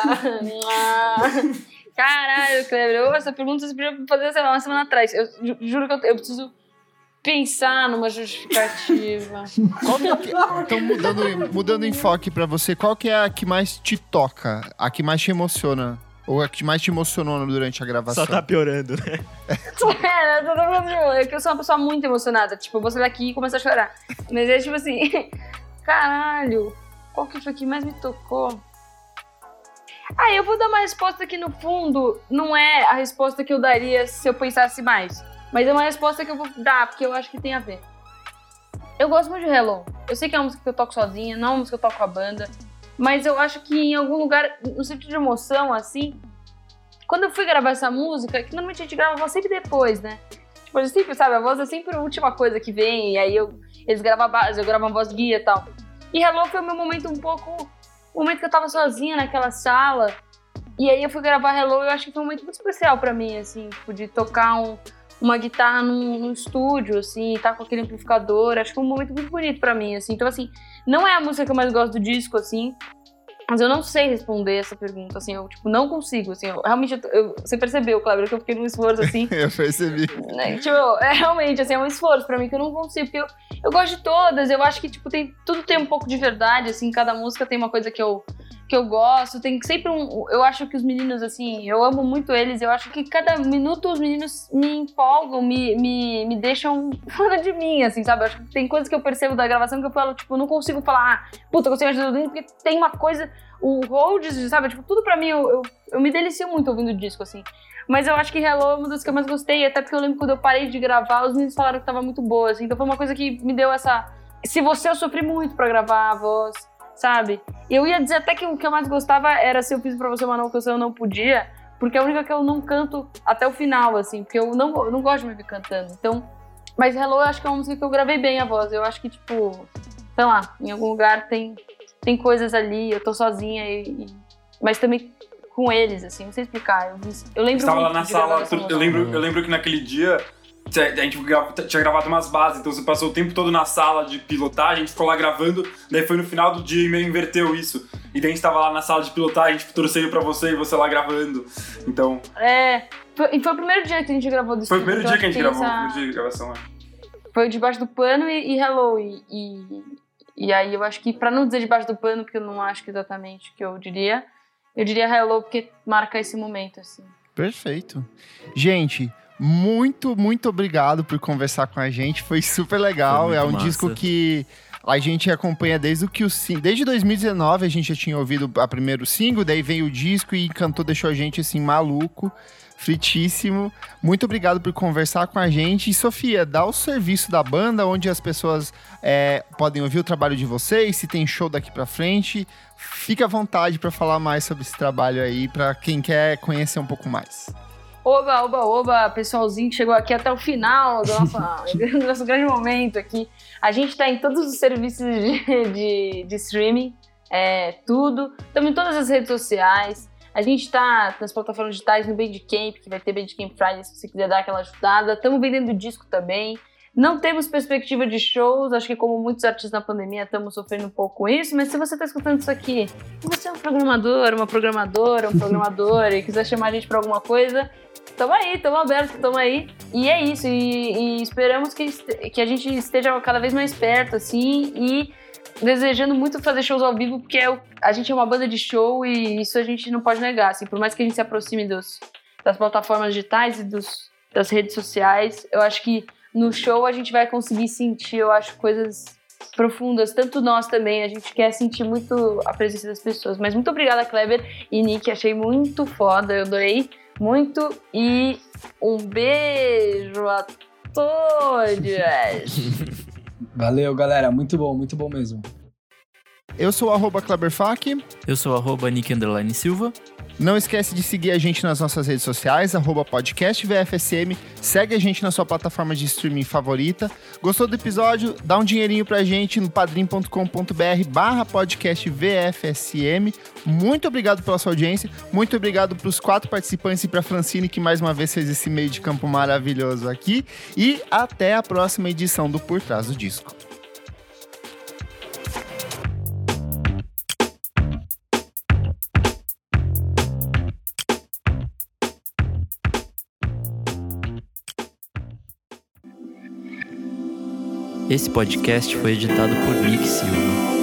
Caralho, Kleber, essa pergunta você podia fazer, sei lá, uma semana atrás. Eu ju- juro que eu, eu preciso pensar numa justificativa. Qual que é a que... Então, mudando, mudando enfoque pra você, qual que é a que mais te toca? A que mais te emociona? Ou a que mais te emocionou durante a gravação? Só tá piorando, né? É, eu tô falando, é que eu sou uma pessoa muito emocionada. Tipo, eu vou sair daqui e começar a chorar. Mas é tipo assim... Caralho, qual que foi que mais me tocou? Ah, eu vou dar uma resposta que, no fundo, não é a resposta que eu daria se eu pensasse mais. Mas é uma resposta que eu vou dar, porque eu acho que tem a ver. Eu gosto muito de Hello. Eu sei que é uma música que eu toco sozinha, não é uma música que eu toco com a banda. Mas eu acho que em algum lugar, no sentido de emoção, assim... Quando eu fui gravar essa música, que normalmente a gente grava a voz sempre depois, né? Tipo, a gente sempre, sabe, a voz é sempre a última coisa que vem, e aí eu, eles gravam a base, eu gravo uma voz guia e tal. E Hello foi o meu momento um pouco... O momento que eu tava sozinha naquela sala, e aí eu fui gravar Hello, e eu acho que foi um momento muito especial pra mim, assim, tipo, de tocar um, uma guitarra num, num estúdio, assim, e tá com aquele amplificador, acho que foi um momento muito bonito pra mim, assim. Então, assim, não é a música que eu mais gosto do disco, assim, Mas eu não sei responder essa pergunta, assim, eu, tipo, não consigo, assim, eu, realmente, eu, eu, você percebeu, Kleber, que eu fiquei num esforço, assim. Eu percebi. Né, tipo, é realmente, assim, é um esforço pra mim que eu não consigo, porque eu, eu gosto de todas, eu acho que, tipo, tem, tudo tem um pouco de verdade, assim, cada música tem uma coisa que eu, que eu gosto, tem sempre um, eu acho que os meninos, assim, eu amo muito eles, eu acho que cada minuto os meninos me empolgam, me, me, me deixam fora de mim, assim, sabe, eu acho que tem coisas que eu percebo da gravação que eu falo, tipo, eu não consigo falar, ah, puta, eu gostei mais de tudo, porque tem uma coisa, o Rhodes, sabe, tipo, tudo pra mim, eu, eu, eu me delicio muito ouvindo o disco, assim, mas eu acho que Hello é uma das que eu mais gostei, até porque eu lembro quando eu parei de gravar, os meninos falaram que tava muito boa, assim, então foi uma coisa que me deu essa, se você, eu sofri muito pra gravar a voz, sabe? Eu ia dizer até que o que eu mais gostava era Se Eu Fiz Pra Você Uma Não Canção Eu Não Podia, porque é a única que eu não canto até o final, assim, porque eu não, eu não gosto de me ver cantando. Então, mas Hello eu acho que é uma música que eu gravei bem a voz. Eu acho que, tipo, sei lá, em algum lugar tem, tem coisas ali, eu tô sozinha, e, e, mas também com eles, assim, não sei explicar. Eu, eu lembro Estava lá na de sala, essa eu lembro, eu lembro que naquele dia a gente tinha gravado umas bases, então você passou o tempo todo na sala de pilotagem, a gente ficou lá gravando, daí foi no final do dia e meio inverteu isso. E daí a gente tava lá na sala de pilotagem, a gente torcendo pra você e você lá gravando. Então. É. Foi, e foi o primeiro dia que a gente gravou do Foi o primeiro dia que a gente gravou, essa... o primeiro dia de gravação, né? Foi Debaixo do Pano e, e Hello. E, e, e aí eu acho que, pra não dizer Debaixo do Pano, porque eu não acho que exatamente o que eu diria, eu diria Hello, porque marca esse momento, assim. Perfeito. Gente, muito, muito obrigado por conversar com a gente. Foi super legal. Foi é um massa. disco que a gente acompanha desde o que o desde dois mil e dezenove. A gente já tinha ouvido a primeiro single, daí veio o disco e encantou, deixou a gente assim maluco, fritíssimo. Muito obrigado por conversar com a gente. E Sofia, dá o serviço da banda, onde as pessoas é, podem ouvir o trabalho de vocês, se tem show daqui pra frente. Fique à vontade para falar mais sobre esse trabalho aí, para quem quer conhecer um pouco mais. Oba, oba, oba, pessoalzinho que chegou aqui até o final do nosso, do nosso grande momento aqui. A gente tá em todos os serviços de, de, de streaming, é, tudo. Estamos em todas as redes sociais. A gente tá nas plataformas digitais, no Bandcamp, que vai ter Bandcamp Friday, se você quiser dar aquela ajudada. Estamos vendendo disco também. Não temos perspectiva de shows, acho que como muitos artistas na pandemia estamos sofrendo um pouco com isso, mas se você está escutando isso aqui e você é um programador, uma programadora, um programador e quiser chamar a gente para alguma coisa, tamo aí, tamo aberto, tamo aí. E é isso, e, e esperamos que, que a gente esteja cada vez mais perto, assim, e desejando muito fazer shows ao vivo, porque é o, a gente é uma banda de show e isso a gente não pode negar, assim, por mais que a gente se aproxime dos, das plataformas digitais e dos, das redes sociais, eu acho que no show a gente vai conseguir sentir, eu acho, coisas profundas, tanto nós também, a gente quer sentir muito a presença das pessoas. Mas muito obrigada, Kleber e Nick, achei muito foda, eu adorei muito e um beijo a todos! Valeu, galera, muito bom, muito bom mesmo. Eu sou o arroba KleberFac. Eu sou o arroba Nick Underline Silva. Não esquece de seguir a gente nas nossas redes sociais, arroba podcast V F S M. Segue a gente na sua plataforma de streaming favorita. Gostou do episódio? Dá um dinheirinho pra gente no padrim.com.br barra podcast V F S M. Muito obrigado pela sua audiência. Muito obrigado pros quatro participantes e pra Francine, que mais uma vez fez esse meio de campo maravilhoso aqui. E até a próxima edição do Por Trás do Disco. Esse podcast foi editado por Nick Silva.